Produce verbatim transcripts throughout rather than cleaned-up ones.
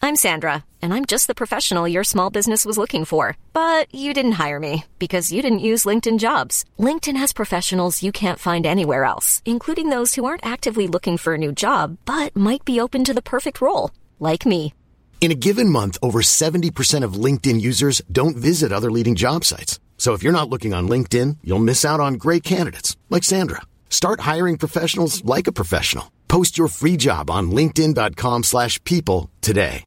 I'm Sandra, and I'm just the professional your small business was looking for. But you didn't hire me because you didn't use LinkedIn Jobs. LinkedIn has professionals you can't find anywhere else, including those who aren't actively looking for a new job, but might be open to the perfect role, like me. In a given month, over seventy percent of LinkedIn users don't visit other leading job sites. So if you're not looking on LinkedIn, you'll miss out on great candidates, like Sandra. Start hiring professionals like a professional. Post your free job on linkedin.com slash people today.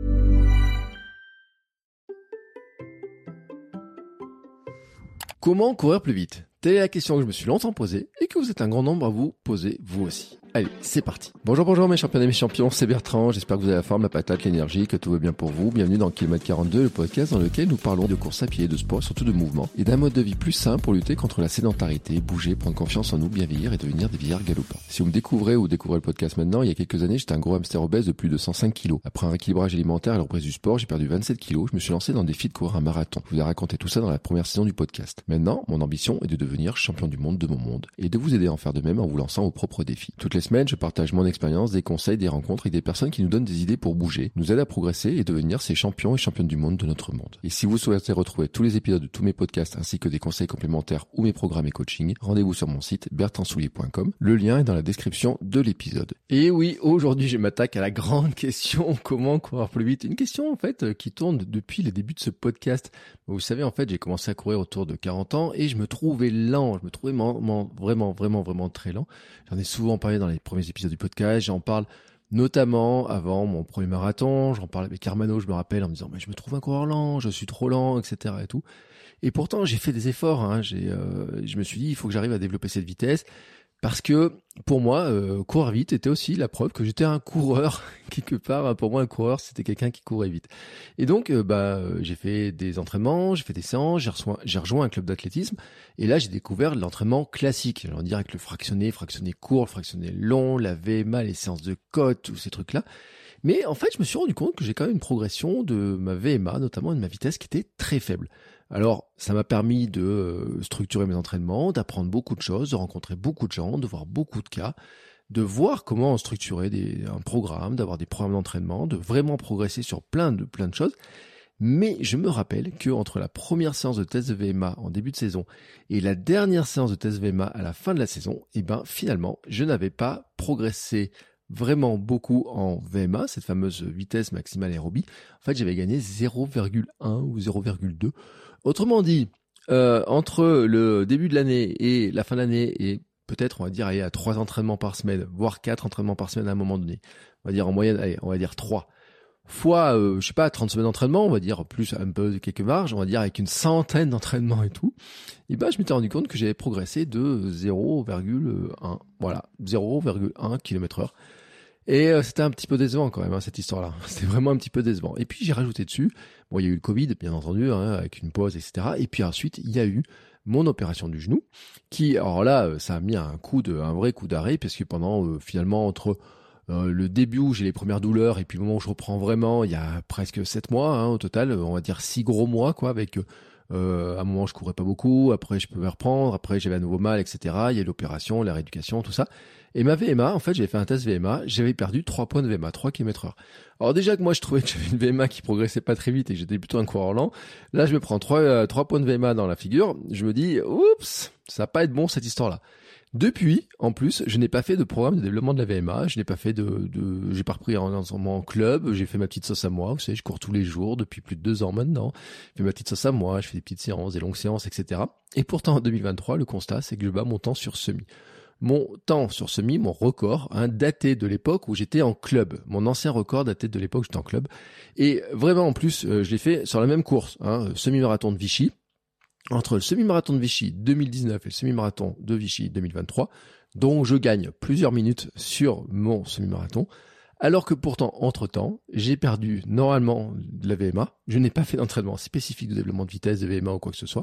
Comment courir plus vite ? Telle est la question que je me suis longtemps posée et que vous êtes un grand nombre à vous poser vous aussi. Allez, c'est parti. Bonjour, bonjour mes champions et mes champions, c'est Bertrand. J'espère que vous avez la forme, la patate, l'énergie, que tout va bien pour vous. Bienvenue dans Kilomètre quarante-deux, le podcast dans lequel nous parlons de course à pied, de sport, surtout de mouvement et d'un mode de vie plus sain pour lutter contre la sédentarité, bouger, prendre confiance en nous, bien vieillir et devenir des vieillards galopants. Si vous me découvrez ou découvrez le podcast maintenant, il y a quelques années, j'étais un gros hamster obèse de plus de cent cinq kilos. Après un rééquilibrage alimentaire et la reprise du sport, j'ai perdu vingt-sept kilos. Je me suis lancé dans le défi de courir un marathon. Je vous ai raconté tout ça dans la première saison du podcast. Maintenant, mon ambition est de devenir champion du monde de mon monde et de vous aider à en faire de même en vous lançant vos propres défis. Toutes les semaines, je partage mon expérience, des conseils, des rencontres et des personnes qui nous donnent des idées pour bouger, nous aident à progresser et devenir ces champions et championnes du monde de notre monde. Et si vous souhaitez retrouver tous les épisodes de tous mes podcasts ainsi que des conseils complémentaires ou mes programmes et coaching, rendez-vous sur mon site bertrand soulier point com. Le lien est dans la description de l'épisode. Et oui, aujourd'hui, je m'attaque à la grande question, comment courir plus vite ? Une question, en fait, qui tourne depuis le début de ce podcast. Vous savez, en fait, j'ai commencé à courir autour de quarante ans et je me trouvais lent, je me trouvais vraiment, vraiment, vraiment, vraiment très lent. J'en ai souvent parlé dans les premiers épisodes du podcast. J'en parle notamment avant mon premier marathon, j'en parle avec Armano, je me rappelle, en me disant mais je me trouve un coureur lent, je suis trop lent, et cetera et tout. Et pourtant j'ai fait des efforts, hein. j'ai, euh, je me suis dit il faut que j'arrive à développer cette vitesse. Parce que pour moi, euh, courir vite était aussi la preuve que j'étais un coureur quelque part. Pour moi, un coureur, c'était quelqu'un qui courait vite. Et donc, euh, bah, j'ai fait des entraînements, j'ai fait des séances, j'ai rejoint, j'ai rejoint un club d'athlétisme. Et là, j'ai découvert l'entraînement classique. J'allais dire avec le fractionné, fractionné court, fractionné long, la V M A, les séances de côte, tous ces trucs-là. Mais en fait, je me suis rendu compte que j'ai quand même une progression de ma V M A, notamment de ma vitesse, qui était très faible. Alors, ça m'a permis de structurer mes entraînements, d'apprendre beaucoup de choses, de rencontrer beaucoup de gens, de voir beaucoup de cas, de voir comment structurer des, un programme, d'avoir des programmes d'entraînement, de vraiment progresser sur plein de, plein de choses. Mais je me rappelle que entre la première séance de test de V M A en début de saison et la dernière séance de test V M A à la fin de la saison, eh ben, finalement, je n'avais pas progressé vraiment beaucoup en V M A, cette fameuse vitesse maximale aérobie. En fait, j'avais gagné zéro virgule un ou zéro virgule deux. Autrement dit, euh, entre le début de l'année et la fin de l'année, et peut-être, on va dire, aller à trois entraînements par semaine, voire quatre entraînements par semaine à un moment donné, on va dire en moyenne, allez, on va dire trois, fois, euh, je sais pas, trente semaines d'entraînement, on va dire plus un peu de quelques marges, on va dire avec une centaine d'entraînements et tout, et ben je m'étais rendu compte que j'avais progressé de zéro virgule un, voilà, zéro virgule un kilomètre heure. Et euh, c'était un petit peu décevant quand même, hein, cette histoire-là. C'était vraiment un petit peu décevant. Et puis j'ai rajouté dessus, bon, il y a eu le Covid, bien entendu, hein, avec une pause, et cetera. Et puis ensuite, il y a eu mon opération du genou, qui, alors là, ça a mis un coup de, un vrai coup d'arrêt, parce que pendant, euh, finalement, entre euh, le début où j'ai les premières douleurs et puis le moment où je reprends vraiment, il y a presque sept mois, hein, au total, on va dire six gros mois, quoi, avec euh, à un moment je courais pas beaucoup, après je pouvais reprendre, après j'avais à nouveau mal, et cetera. Il y a l'opération, la rééducation, tout ça. Et ma V M A, en fait, j'avais fait un test V M A, j'avais perdu trois points de V M A, trois kilomètres heure. Alors déjà que moi, je trouvais que j'avais une V M A qui progressait pas très vite et que j'étais plutôt un coureur lent. Là, je me prends trois, euh, trois points de V M A dans la figure. Je me dis, oups, ça va pas être bon, cette histoire-là. Depuis, en plus, je n'ai pas fait de programme de développement de la V M A, je n'ai pas fait de, de j'ai pas repris un entraînement en club, j'ai fait ma petite sauce à moi, vous savez, je cours tous les jours depuis plus de deux ans maintenant, je fais ma petite sauce à moi, je fais des petites séances, des longues séances, et cetera. Et pourtant, en deux mille vingt-trois, le constat, c'est que je bats mon temps sur semi. Mon temps sur semi, mon record, hein, daté de l'époque où j'étais en club. Mon ancien record datait de l'époque où j'étais en club. Et vraiment, en plus, euh, je l'ai fait sur la même course, hein, semi-marathon de Vichy. Entre le semi-marathon de Vichy deux mille dix-neuf et le semi-marathon de Vichy deux mille vingt-trois, dont je gagne plusieurs minutes sur mon semi-marathon, alors que pourtant, entre-temps, j'ai perdu normalement de la V M A, je n'ai pas fait d'entraînement spécifique de développement de vitesse, de V M A ou quoi que ce soit,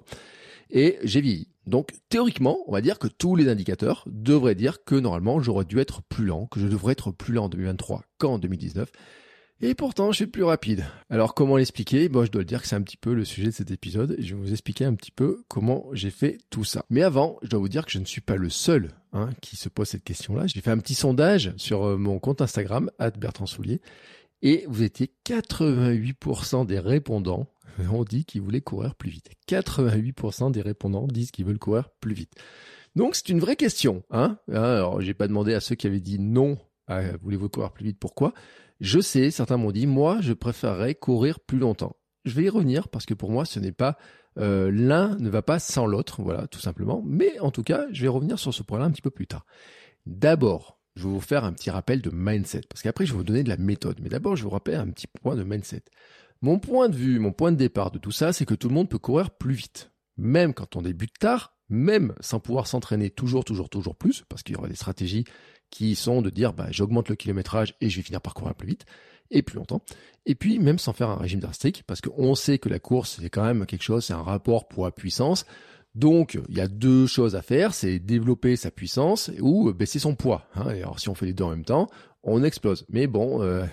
et j'ai vieilli. Donc, théoriquement, on va dire que tous les indicateurs devraient dire que normalement, j'aurais dû être plus lent, que je devrais être plus lent en deux mille vingt-trois qu'en deux mille dix-neuf, et pourtant, je suis plus rapide. Alors, comment l'expliquer ? Bon, je dois le dire que c'est un petit peu le sujet de cet épisode. Je vais vous expliquer un petit peu comment j'ai fait tout ça. Mais avant, je dois vous dire que je ne suis pas le seul hein, qui se pose cette question-là. J'ai fait un petit sondage sur mon compte Instagram, arobase bertrand soulier. Et vous étiez quatre-vingt-huit pour cent des répondants ont dit qu'ils voulaient courir plus vite. quatre-vingt-huit pour cent des répondants disent qu'ils veulent courir plus vite. Donc c'est une vraie question. Hein. Alors j'ai pas demandé à ceux qui avaient dit non, à, voulez-vous courir plus vite, pourquoi ? Je sais, certains m'ont dit, moi je préférerais courir plus longtemps. Je vais y revenir parce que pour moi ce n'est pas, euh, l'un ne va pas sans l'autre, voilà tout simplement. Mais en tout cas, je vais revenir sur ce point-là un petit peu plus tard. D'abord, je vais vous faire un petit rappel de mindset, parce qu'après je vais vous donner de la méthode. Mais d'abord, je vais vous rappeler un petit point de mindset. Mon point de vue, mon point de départ de tout ça, c'est que tout le monde peut courir plus vite. Même quand on débute tard, même sans pouvoir s'entraîner toujours, toujours, toujours plus, parce qu'il y aura des stratégies qui sont de dire bah, j'augmente le kilométrage et je vais finir par courir plus vite et plus longtemps. Et puis même sans faire un régime drastique, parce qu'on sait que la course, c'est quand même quelque chose, c'est un rapport poids-puissance. Donc, il y a deux choses à faire, c'est développer sa puissance ou baisser son poids. Hein. Et alors, si on fait les deux en même temps, on explose. Mais bon, euh,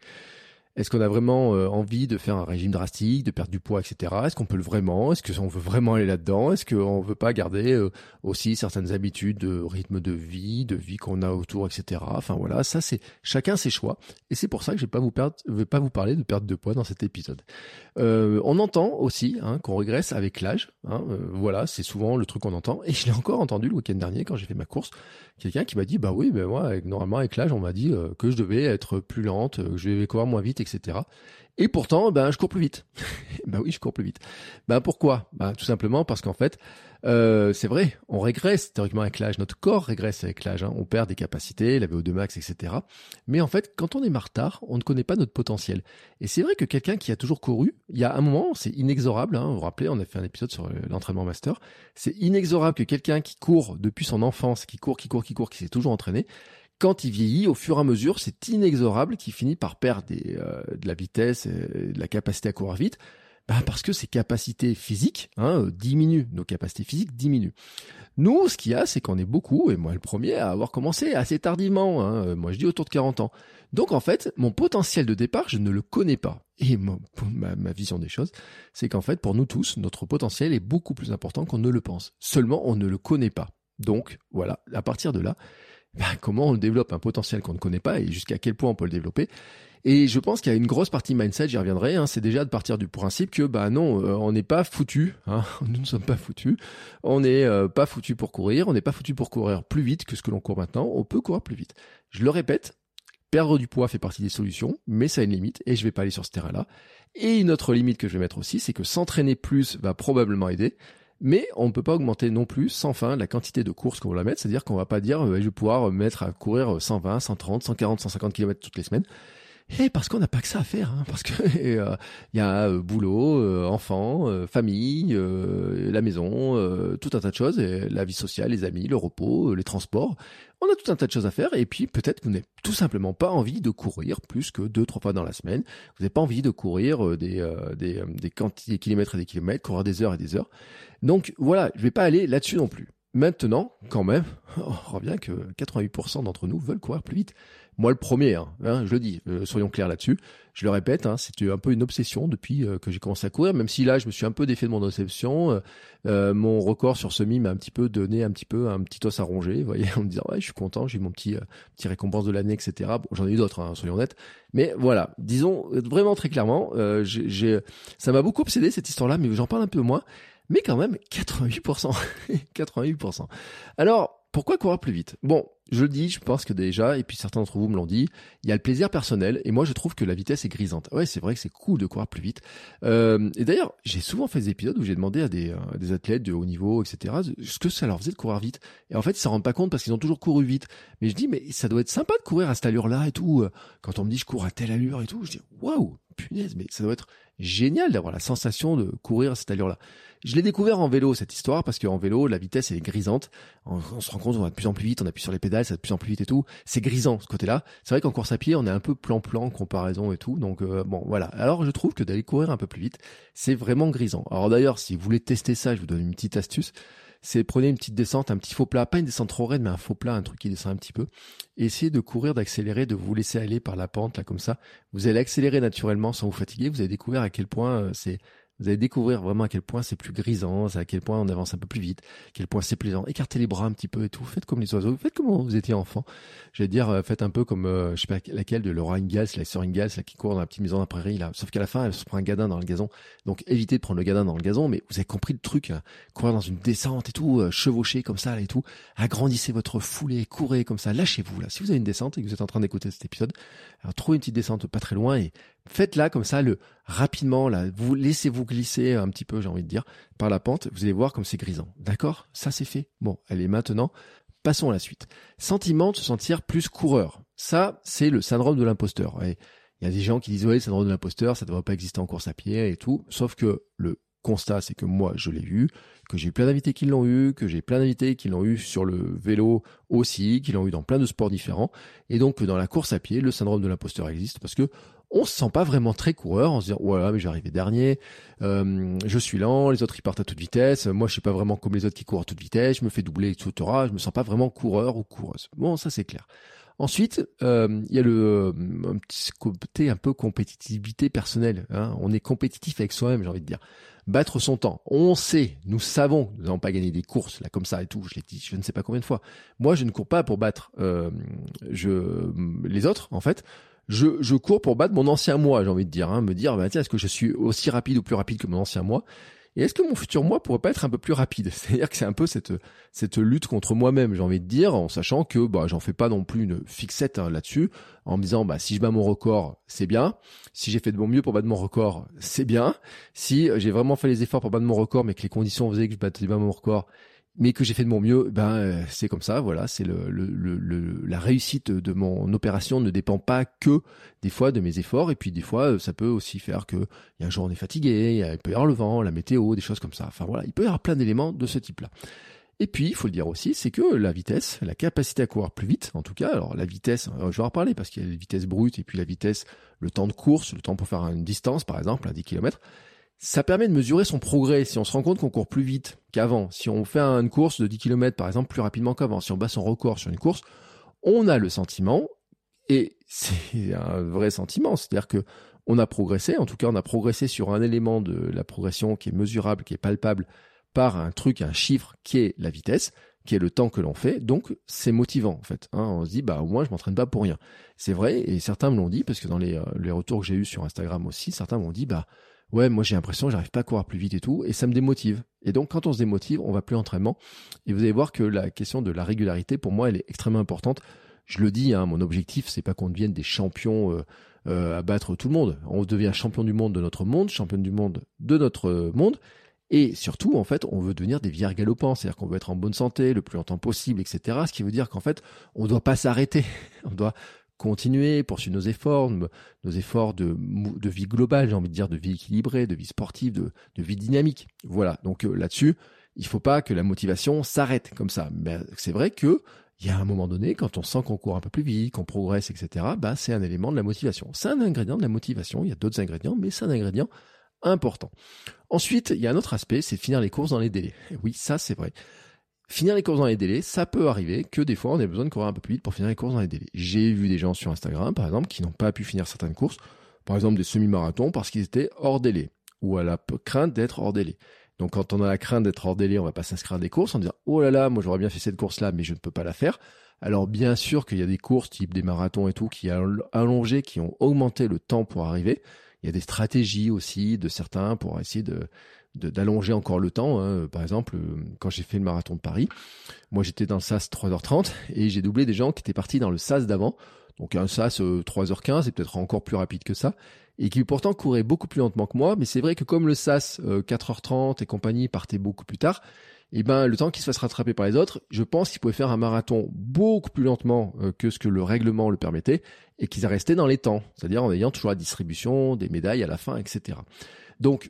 est-ce qu'on a vraiment euh, envie de faire un régime drastique, de perdre du poids, et cetera. Est-ce qu'on peut le vraiment ? Est-ce qu'on veut vraiment aller là-dedans ? Est-ce qu'on veut pas garder euh, aussi certaines habitudes de rythme de vie, de vie qu'on a autour, et cetera. Enfin voilà, ça c'est chacun ses choix. Et c'est pour ça que je vais pas vous perdre, je vais pas vous parler de perte de poids dans cet épisode. Euh, on entend aussi hein, qu'on régresse avec l'âge. Hein, euh, voilà, c'est souvent le truc qu'on entend. Et je l'ai encore entendu le week-end dernier quand j'ai fait ma course. Quelqu'un qui m'a dit, bah oui, ben moi, avec, normalement avec l'âge, on m'a dit euh, que je devais être plus lente, que je devais courir moins vite, et cetera. Et pourtant, ben je cours plus vite. Ben oui, je cours plus vite. Ben pourquoi ? Ben tout simplement parce qu'en fait, euh, c'est vrai, on régresse théoriquement avec l'âge. Notre corps régresse avec l'âge. Hein. On perd des capacités, la V O deux max, et cetera. Mais en fait, quand on démarre tard, on ne connaît pas notre potentiel. Et c'est vrai que quelqu'un qui a toujours couru, il y a un moment, c'est inexorable. Hein, vous vous rappelez, on a fait un épisode sur l'entraînement master. C'est inexorable que quelqu'un qui court depuis son enfance, qui court, qui court, qui court, qui s'est toujours entraîné, quand il vieillit, au fur et à mesure, c'est inexorable qu'il finit par perdre des, euh, de la vitesse, et de la capacité à courir vite, bah parce que ses capacités physiques hein, diminuent, nos capacités physiques diminuent. Nous, ce qu'il y a, c'est qu'on est beaucoup, et moi le premier, à avoir commencé assez tardivement, hein, moi je dis autour de quarante ans. Donc en fait, mon potentiel de départ, je ne le connais pas. Et ma, ma, ma vision des choses, c'est qu'en fait, pour nous tous, notre potentiel est beaucoup plus important qu'on ne le pense. Seulement, on ne le connaît pas. Donc voilà, à partir de là, ben, comment on développe un potentiel qu'on ne connaît pas et jusqu'à quel point on peut le développer. Et je pense qu'il y a une grosse partie mindset, j'y reviendrai, hein, c'est déjà de partir du principe que bah non, euh, on n'est pas foutu, hein, nous ne sommes pas foutus, on n'est euh, pas foutu pour courir, on n'est pas foutu pour courir plus vite que ce que l'on court maintenant, on peut courir plus vite. Je le répète, perdre du poids fait partie des solutions, mais ça a une limite et je vais pas aller sur ce terrain-là. Et une autre limite que je vais mettre aussi, c'est que s'entraîner plus va probablement aider. Mais on ne peut pas augmenter non plus sans fin la quantité de courses qu'on va la mettre, c'est-à-dire qu'on va pas dire euh, je vais pouvoir mettre à courir cent vingt, cent trente, cent quarante, cent cinquante kilomètres toutes les semaines. Et parce qu'on n'a pas que ça à faire, hein, parce que il euh, y a euh, boulot, euh, enfants, euh, famille, euh, la maison, euh, tout un tas de choses, et la vie sociale, les amis, le repos, euh, les transports. On a tout un tas de choses à faire, et puis peut-être que vous n'avez tout simplement pas envie de courir plus que deux, trois fois dans la semaine. Vous n'avez pas envie de courir euh, des, euh, des, euh, des quantités, des kilomètres et des kilomètres, courir des heures et des heures. Donc voilà, je vais pas aller là-dessus non plus. Maintenant, quand même, on revient que quatre-vingt-huit pour cent d'entre nous veulent courir plus vite. Moi, le premier, hein, hein, je le dis, euh, soyons clairs là-dessus. Je le répète, hein, c'était un peu une obsession depuis euh, que j'ai commencé à courir, même si là, je me suis un peu défait de mon obsession. Euh, euh, mon record sur semi m'a un petit peu donné un petit peu un petit os à ronger, vous voyez, en me disant, ouais, je suis content, j'ai eu mon petit, euh, petit récompense de l'année, et cetera. Bon, j'en ai eu d'autres, hein, soyons honnêtes. Mais voilà, disons vraiment très clairement, euh, j'ai, j'ai, ça m'a beaucoup obsédé cette histoire-là, mais j'en parle un peu moins. Mais quand même, quatre-vingt-huit pour cent. quatre-vingt-huit pour cent. Alors, pourquoi courir plus vite ? Bon, je le dis, je pense que déjà, et puis certains d'entre vous me l'ont dit, il y a le plaisir personnel, et moi je trouve que la vitesse est grisante. Ouais, c'est vrai que c'est cool de courir plus vite. Euh, et d'ailleurs, j'ai souvent fait des épisodes où j'ai demandé à des, à des athlètes de haut niveau, et cetera, ce que ça leur faisait de courir vite. Et en fait, ils s'en rendent pas compte parce qu'ils ont toujours couru vite. Mais je dis, mais ça doit être sympa de courir à cette allure-là et tout. Quand on me dit je cours à telle allure et tout, je dis, waouh, punaise, mais ça doit être génial d'avoir la sensation de courir à cette allure-là. Je l'ai découvert en vélo, cette histoire, parce qu'en vélo, la vitesse elle est grisante. On, on se rend compte, on va de plus en plus vite, on appuie sur les pédales, ça va de plus en plus vite et tout. C'est grisant, ce côté-là. C'est vrai qu'en course à pied, on est un peu plan-plan, comparaison et tout. Donc, euh, bon, voilà. Alors, je trouve que d'aller courir un peu plus vite, c'est vraiment grisant. Alors d'ailleurs, si vous voulez tester ça, je vous donne une petite astuce. C'est prenez une petite descente, un petit faux plat, pas une descente trop raide, mais un faux plat, un truc qui descend un petit peu. Et essayez de courir, d'accélérer, de vous laisser aller par la pente, là, comme ça. Vous allez accélérer naturellement sans vous fatiguer. Vous avez découvert à quel point euh, c'est Vous allez découvrir vraiment à quel point c'est plus grisant, à quel point on avance un peu plus vite, à quel point c'est plaisant. Écartez les bras un petit peu et tout. Faites comme les oiseaux. Faites comme vous étiez enfant. Je vais dire, euh, faites un peu comme, euh, je sais pas laquelle, de Laura Ingalls, la sœur Ingalls, là, qui court dans la petite maison dans la prairie, là. Sauf qu'à la fin, elle se prend un gadin dans le gazon. Donc, évitez de prendre le gadin dans le gazon, mais vous avez compris le truc, là. Courir dans une descente et tout, euh, chevaucher comme ça, là, et tout. Agrandissez votre foulée, courez comme ça. Lâchez-vous, là. Si vous avez une descente et que vous êtes en train d'écouter cet épisode, alors trouvez une petite descente pas très loin et faites-la comme ça, le rapidement, là, vous laissez-vous glisser un petit peu, j'ai envie de dire, par la pente. Vous allez voir comme c'est grisant. D'accord? Ça, c'est fait. Bon, allez, maintenant, passons à la suite. Sentiment de se sentir plus coureur. Ça, c'est le syndrome de l'imposteur. Il y a des gens qui disent, ouais, le syndrome de l'imposteur, ça ne devrait pas exister en course à pied et tout. Sauf que le constat, c'est que moi, je l'ai eu, que j'ai eu plein d'invités qui l'ont eu, que j'ai plein d'invités qui l'ont eu sur le vélo aussi, qui l'ont eu dans plein de sports différents. Et donc, dans la course à pied, le syndrome de l'imposteur existe parce que on se sent pas vraiment très coureur en se disant, voilà, mais j'ai arrivé dernier, euh, je suis lent, les autres ils partent à toute vitesse, moi je suis pas vraiment comme les autres qui courent à toute vitesse, je me fais doubler, et cetera. Je me sens pas vraiment coureur ou coureuse. Bon, ça c'est clair. Ensuite, euh, il y a le un petit côté un peu compétitivité personnelle. Hein. On est compétitif avec soi-même, j'ai envie de dire. Battre son temps. On sait, nous savons, nous n'avons pas gagné des courses là comme ça et tout. Je l'ai dit, je ne sais pas combien de fois. Moi, je ne cours pas pour battre euh, je les autres. En fait, je je cours pour battre mon ancien moi. J'ai envie de dire, hein, me dire, bah tiens, est-ce que je suis aussi rapide ou plus rapide que mon ancien moi? Et est-ce que mon futur moi pourrait pas être un peu plus rapide? C'est-à-dire que c'est un peu cette cette lutte contre moi-même, j'ai envie de dire, en sachant que bah j'en fais pas non plus une fixette hein, là-dessus, en me disant bah si je bats mon record, c'est bien. Si j'ai fait de mon mieux pour battre mon record, c'est bien. Si j'ai vraiment fait les efforts pour battre mon record, mais que les conditions faisaient que je battais pas mon record, mais que j'ai fait de mon mieux, ben euh, c'est comme ça, voilà, c'est le, le, le, le la réussite de mon opération ne dépend pas que des fois de mes efforts, et puis des fois ça peut aussi faire que il y a un jour on est fatigué, il peut y avoir le vent, la météo, des choses comme ça. Enfin voilà, il peut y avoir plein d'éléments de ce type-là. Et puis il faut le dire aussi, c'est que la vitesse, la capacité à courir plus vite, en tout cas, alors la vitesse, je vais en reparler parce qu'il y a la vitesse brute et puis la vitesse, le temps de course, le temps pour faire une distance par exemple, à dix kilomètres. Ça permet de mesurer son progrès. Si on se rend compte qu'on court plus vite qu'avant, si on fait une course de dix kilomètres par exemple plus rapidement qu'avant, si on bat son record sur une course, on a le sentiment, et c'est un vrai sentiment, c'est-à-dire que on a progressé, en tout cas on a progressé sur un élément de la progression qui est mesurable, qui est palpable par un truc, un chiffre qui est la vitesse, qui est le temps que l'on fait, donc c'est motivant en fait. Hein, on se dit, bah au moins je m'entraîne pas pour rien. C'est vrai, et certains me l'ont dit, parce que dans les, euh, les retours que j'ai eus sur Instagram aussi, certains m'ont dit, bah ouais, moi j'ai l'impression que j'arrive pas à courir plus vite et tout, et ça me démotive. Et donc quand on se démotive, on va plus à l'entraînement. Et vous allez voir que la question de la régularité, pour moi, elle est extrêmement importante. Je le dis, hein, mon objectif, c'est pas qu'on devienne des champions euh, euh, à battre tout le monde. On devient champion du monde de notre monde, champion du monde de notre monde. Et surtout, en fait, on veut devenir des vieillards galopants. C'est-à-dire qu'on veut être en bonne santé le plus longtemps possible, et cetera. Ce qui veut dire qu'en fait, on doit pas s'arrêter. On doit continuer, poursuivre nos efforts, nos efforts de, de vie globale, j'ai envie de dire, de vie équilibrée, de vie sportive, de, de vie dynamique. Voilà, donc euh, là-dessus, il faut pas que la motivation s'arrête comme ça. Mais c'est vrai que il y a un moment donné, quand on sent qu'on court un peu plus vite, qu'on progresse, et cetera, bah, c'est un élément de la motivation. C'est un ingrédient de la motivation, il y a d'autres ingrédients, mais c'est un ingrédient important. Ensuite, il y a un autre aspect, c'est de finir les courses dans les délais. Et oui, ça c'est vrai. Finir les courses dans les délais, ça peut arriver que des fois on ait besoin de courir un peu plus vite pour finir les courses dans les délais. J'ai vu des gens sur Instagram, par exemple, qui n'ont pas pu finir certaines courses, par exemple des semi-marathons, parce qu'ils étaient hors délai, ou à la crainte d'être hors délai. Donc quand on a la crainte d'être hors délai, on va pas s'inscrire à des courses en disant « Oh là là, moi j'aurais bien fait cette course-là, mais je ne peux pas la faire ». Alors bien sûr qu'il y a des courses type des marathons et tout qui ont allongé, qui ont augmenté le temps pour arriver. Il y a des stratégies aussi de certains pour essayer de... De, d'allonger encore le temps, hein. Par exemple, quand j'ai fait le marathon de Paris, moi j'étais dans le S A S trois heures trente et j'ai doublé des gens qui étaient partis dans le S A S d'avant, donc un S A S euh, trois heures quinze, et peut-être encore plus rapide que ça, et qui pourtant couraient beaucoup plus lentement que moi, mais c'est vrai que comme le S A S euh, quatre heures trente et compagnie partait beaucoup plus tard, et ben le temps qu'ils se fassent rattraper par les autres, je pense qu'ils pouvaient faire un marathon beaucoup plus lentement euh, que ce que le règlement le permettait, et qu'ils restaient dans les temps, c'est-à-dire en ayant toujours la distribution des médailles à la fin, et cetera. Donc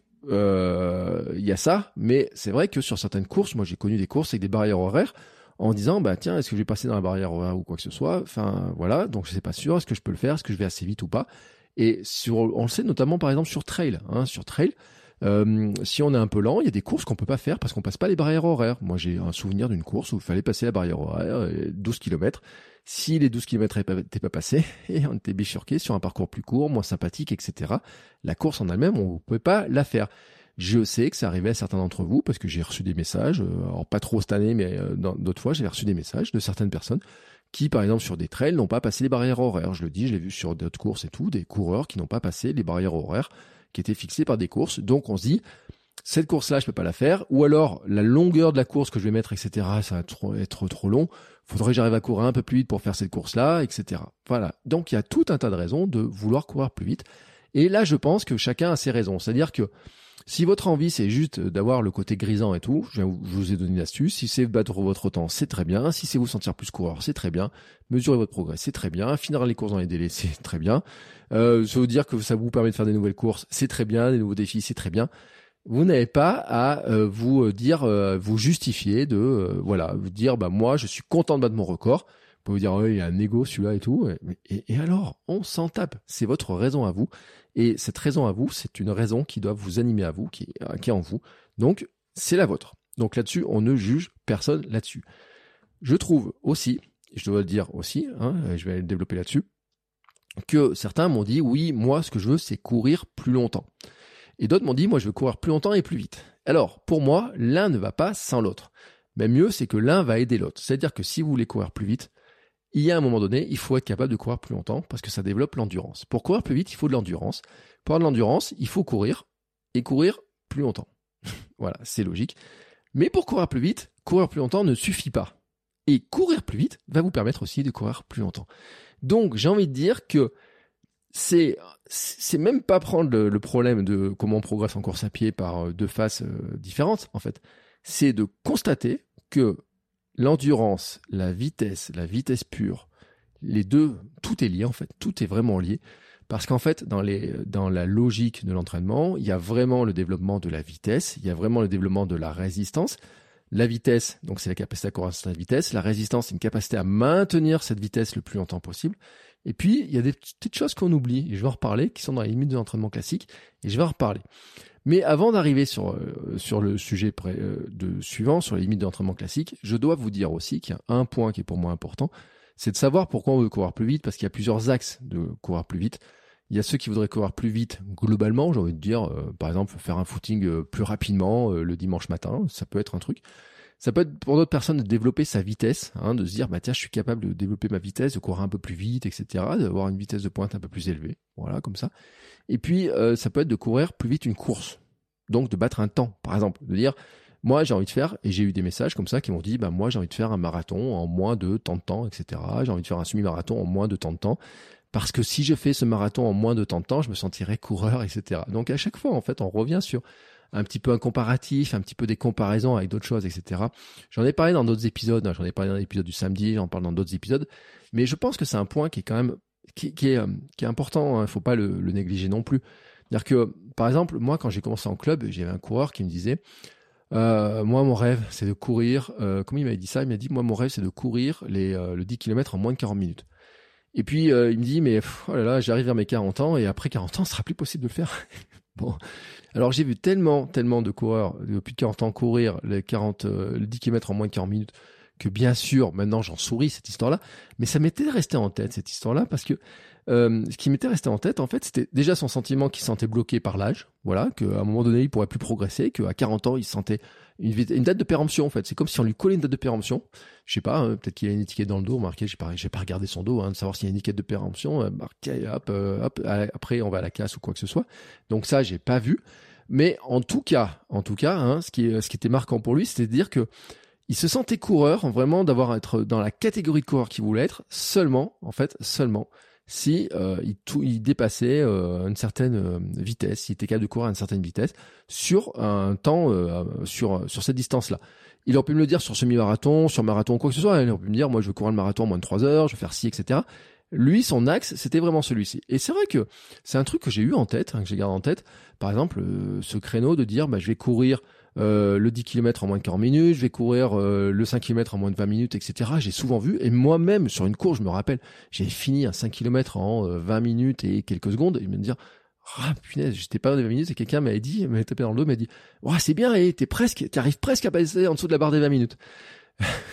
Euh, il y a ça, mais c'est vrai que sur certaines courses, moi j'ai connu des courses avec des barrières horaires en disant bah tiens, est-ce que je vais passer dans la barrière horaire ou quoi que ce soit, enfin voilà, donc je sais pas sûr, est-ce que je peux le faire, est-ce que je vais assez vite ou pas. Et sur, on le sait notamment par exemple sur trail, hein, sur trail, euh, si on est un peu lent, il y a des courses qu'on peut pas faire parce qu'on passe pas les barrières horaires. Moi j'ai un souvenir d'une course où il fallait passer la barrière horaire, douze kilomètres. Si les douze kilomètres n'étaient pas passés, et on était bifurqué sur un parcours plus court, moins sympathique, et cetera, la course en elle-même, on ne pouvait pas la faire. Je sais que ça arrivait à certains d'entre vous parce que j'ai reçu des messages, euh, alors pas trop cette année, mais euh, dans, d'autres fois, j'ai reçu des messages de certaines personnes qui, par exemple, sur des trails, n'ont pas passé les barrières horaires. Je le dis, je l'ai vu sur d'autres courses et tout, des coureurs qui n'ont pas passé les barrières horaires qui étaient fixées par des courses. Donc, on se dit, cette course-là, je peux pas la faire. Ou alors, la longueur de la course que je vais mettre, et cetera, ça va trop, être trop long. Faudrait que j'arrive à courir un peu plus vite pour faire cette course-là, et cetera. Voilà. Donc, il y a tout un tas de raisons de vouloir courir plus vite. Et là, je pense que chacun a ses raisons. C'est-à-dire que si votre envie, c'est juste d'avoir le côté grisant et tout, je vous ai donné une astuce. Si c'est battre votre temps, c'est très bien. Si c'est vous sentir plus coureur, c'est très bien. Mesurer votre progrès, c'est très bien. Finir les courses dans les délais, c'est très bien. Euh, je veux dire que ça vous permet de faire des nouvelles courses, c'est très bien. Des nouveaux défis, c'est très bien. Vous n'avez pas à euh, vous dire, euh, vous justifier de, euh, voilà, vous dire, bah moi, je suis content de battre mon record. Vous pouvez vous dire, ouais, il y a un ego celui-là et tout. Et, et, et alors, on s'en tape. C'est votre raison à vous. Et cette raison à vous, c'est une raison qui doit vous animer à vous, qui, qui est en vous. Donc, c'est la vôtre. Donc là-dessus, on ne juge personne là-dessus. Je trouve aussi, je dois le dire aussi, hein, je vais développer là-dessus, que certains m'ont dit, oui, moi, ce que je veux, c'est courir plus longtemps. Et d'autres m'ont dit, moi, je veux courir plus longtemps et plus vite. Alors, pour moi, l'un ne va pas sans l'autre. Mais mieux, c'est que l'un va aider l'autre. C'est-à-dire que si vous voulez courir plus vite, il y a un moment donné, il faut être capable de courir plus longtemps parce que ça développe l'endurance. Pour courir plus vite, il faut de l'endurance. Pour avoir de l'endurance, il faut courir et courir plus longtemps. Voilà, c'est logique. Mais pour courir plus vite, courir plus longtemps ne suffit pas. Et courir plus vite va vous permettre aussi de courir plus longtemps. Donc, j'ai envie de dire que c'est c'est même pas prendre le, le problème de comment on progresse en course à pied par deux faces euh, différentes, en fait. C'est de constater que l'endurance, la vitesse, la vitesse pure, les deux, tout est lié en fait, tout est vraiment lié. Parce qu'en fait, dans, les, dans la logique de l'entraînement, il y a vraiment le développement de la vitesse, il y a vraiment le développement de la résistance. La vitesse, donc c'est la capacité à courir à cette vitesse. La résistance, c'est une capacité à maintenir cette vitesse le plus longtemps possible. Et puis, il y a des petites choses qu'on oublie, et je vais en reparler, qui sont dans les limites de l'entraînement classique, et je vais en reparler. Mais avant d'arriver sur, euh, sur le sujet pré, euh, de, suivant, sur les limites de l'entraînement classique, je dois vous dire aussi qu'il y a un point qui est pour moi important, c'est de savoir pourquoi on veut courir plus vite, parce qu'il y a plusieurs axes de courir plus vite. Il y a ceux qui voudraient courir plus vite globalement, j'ai envie de dire, euh, par exemple, faire un footing euh, plus rapidement euh, le dimanche matin, ça peut être un truc. Ça peut être pour d'autres personnes de développer sa vitesse, hein, de se dire, bah tiens, je suis capable de développer ma vitesse, de courir un peu plus vite, et cetera, d'avoir une vitesse de pointe un peu plus élevée, voilà, comme ça. Et puis, euh, ça peut être de courir plus vite une course, donc de battre un temps, par exemple, de dire, moi j'ai envie de faire, et j'ai eu des messages comme ça qui m'ont dit, bah moi j'ai envie de faire un marathon en moins de tant de temps, et cetera. J'ai envie de faire un semi-marathon en moins de tant de temps, parce que si je fais ce marathon en moins de tant de temps, je me sentirai coureur, et cetera. Donc à chaque fois, en fait, on revient sur un petit peu un comparatif, un petit peu des comparaisons avec d'autres choses, et cetera. J'en ai parlé dans d'autres épisodes, hein, j'en ai parlé dans l'épisode du samedi, j'en parle dans d'autres épisodes, mais je pense que c'est un point qui est quand même, qui, qui est, qui est important, il hein, faut pas le, le négliger non plus. C'est-à-dire que, par exemple, moi, quand j'ai commencé en club, j'avais un coureur qui me disait, euh, moi, mon rêve, c'est de courir, euh, comment il m'avait dit ça? Il m'a dit, moi, mon rêve, c'est de courir les, euh, le dix kilomètres en moins de quarante minutes. Et puis, euh, il me dit, mais, pff, oh là là, j'arrive vers mes quarante ans, et après quarante ans, ce sera plus possible de le faire. Bon. Alors j'ai vu tellement, tellement de coureurs depuis quarante ans courir les quarante, euh, les dix kilomètres en moins de quarante minutes que bien sûr, maintenant j'en souris cette histoire-là, mais ça m'était resté en tête cette histoire-là parce que euh, ce qui m'était resté en tête en fait, c'était déjà son sentiment qu'il se sentait bloqué par l'âge, voilà, qu'à un moment donné il pourrait plus progresser, qu'à quarante ans il se sentait une, une date de péremption en fait, c'est comme si on lui collait une date de péremption. Je sais pas, hein, peut-être qu'il a une étiquette dans le dos, marqué, j'ai pas, j'ai pas regardé son dos, hein, de savoir s'il y a une étiquette de péremption, euh, marqué, hop, euh, hop, après on va à la casse ou quoi que ce soit. Donc ça j'ai pas vu. Mais en tout cas, en tout cas, hein, ce qui est, ce qui était marquant pour lui, c'était de dire que il se sentait coureur, vraiment d'avoir être dans la catégorie de coureur qu'il voulait être, seulement, en fait, seulement si euh, il, tout, il dépassait euh, une certaine euh, vitesse, s'il était capable de courir à une certaine vitesse sur un temps, euh, sur sur cette distance-là. Il aurait pu me le dire sur semi-marathon, sur marathon, quoi que ce soit. Il aurait pu me dire, moi, je veux courir le marathon en moins de trois heures, je veux faire ci, et cetera. Lui, son axe, c'était vraiment celui-ci. Et c'est vrai que c'est un truc que j'ai eu en tête, hein, que j'ai gardé en tête. Par exemple, euh, ce créneau de dire, bah, je vais courir euh, le dix kilomètres en moins de quarante minutes, je vais courir euh, le cinq kilomètres en moins de vingt minutes, et cetera. J'ai souvent vu, et moi-même, sur une course, je me rappelle, j'ai fini un cinq kilomètres en euh, vingt minutes et quelques secondes, et il me dire, ah, punaise, j'étais pas dans les vingt minutes, et quelqu'un m'avait dit, m'avait tapé dans le dos, m'a dit, oh, c'est bien, et t'es presque, t'arrives presque à passer en dessous de la barre des vingt minutes.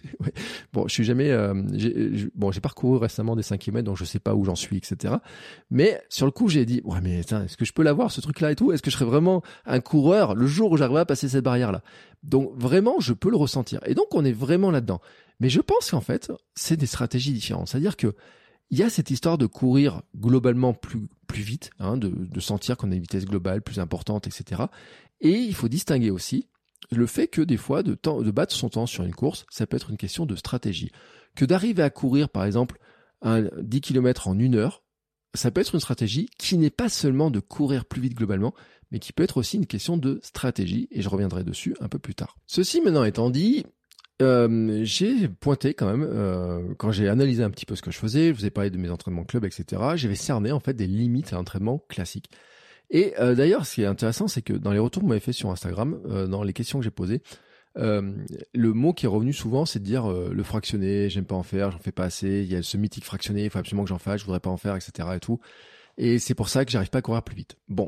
ouais. Bon, je suis jamais, euh, j'ai, je, bon, j'ai parcouru récemment des cinq kilomètres, donc je sais pas où j'en suis, et cetera. Mais sur le coup, j'ai dit, ouais, mais attends, est-ce que je peux l'avoir, ce truc-là et tout? Est-ce que je serais vraiment un coureur le jour où j'arriverai à passer cette barrière-là? Donc vraiment, je peux le ressentir. Et donc, on est vraiment là-dedans. Mais je pense qu'en fait, c'est des stratégies différentes. C'est-à-dire que il y a cette histoire de courir globalement plus plus vite, hein, de, de sentir qu'on a une vitesse globale plus importante, et cetera. Et il faut distinguer aussi le fait que des fois, de, temps, de battre son temps sur une course, ça peut être une question de stratégie. Que d'arriver à courir, par exemple, un dix kilomètres en une heure, ça peut être une stratégie qui n'est pas seulement de courir plus vite globalement, mais qui peut être aussi une question de stratégie, et je reviendrai dessus un peu plus tard. Ceci maintenant étant dit, Euh, j'ai pointé quand même, euh, quand j'ai analysé un petit peu ce que je faisais, je vous ai parlé de mes entraînements club, et cetera, j'avais cerné en fait des limites à l'entraînement classique. Et euh, d'ailleurs, ce qui est intéressant, c'est que dans les retours que vous m'avez fait sur Instagram, euh, dans les questions que j'ai posées, euh, le mot qui est revenu souvent, c'est de dire euh, le fractionné, j'aime pas en faire, j'en fais pas assez, il y a ce mythique fractionné, il faut absolument que j'en fasse, je voudrais pas en faire, et cetera et tout. Et c'est pour ça que j'arrive pas à courir plus vite. Bon,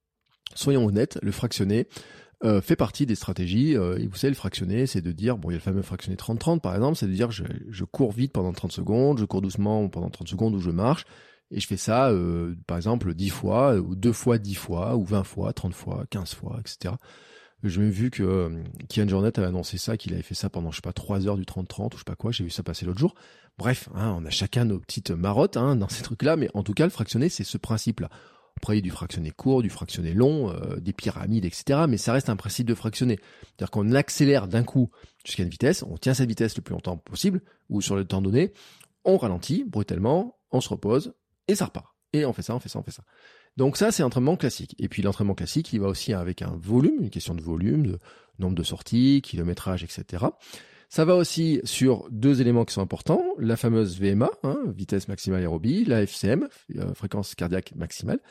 soyons honnêtes, le fractionné, Euh, fait partie des stratégies, euh, et vous savez, le fractionné, c'est de dire, bon, il y a le fameux fractionné trente trente par exemple, c'est de dire, je, je cours vite pendant trente secondes, je cours doucement pendant trente secondes où je marche, et je fais ça, euh, par exemple, dix fois, ou deux fois dix fois, ou vingt fois, trente fois, quinze fois, et cetera. J'ai même vu que euh, Kian Jornet avait annoncé ça, qu'il avait fait ça pendant, je sais pas, trois heures du trente trente, ou je sais pas quoi, j'ai vu ça passer l'autre jour. Bref, hein, on a chacun nos petites marottes hein, dans ces trucs-là, mais en tout cas, le fractionné, c'est ce principe-là. Après, il y a du fractionné court, du fractionné long, euh, des pyramides, et cetera. Mais ça reste un principe de fractionné. C'est-à-dire qu'on accélère d'un coup jusqu'à une vitesse, on tient cette vitesse le plus longtemps possible, ou sur le temps donné, on ralentit brutalement, on se repose, et ça repart. Et on fait ça, on fait ça, on fait ça. Donc ça, c'est l'entraînement classique. Et puis l'entraînement classique, il va aussi avec un volume, une question de volume, de nombre de sorties, kilométrage, et cetera. Ça va aussi sur deux éléments qui sont importants, la fameuse V M A, hein, vitesse maximale aérobie, la F C M, euh, fréquence cardiaque maximale,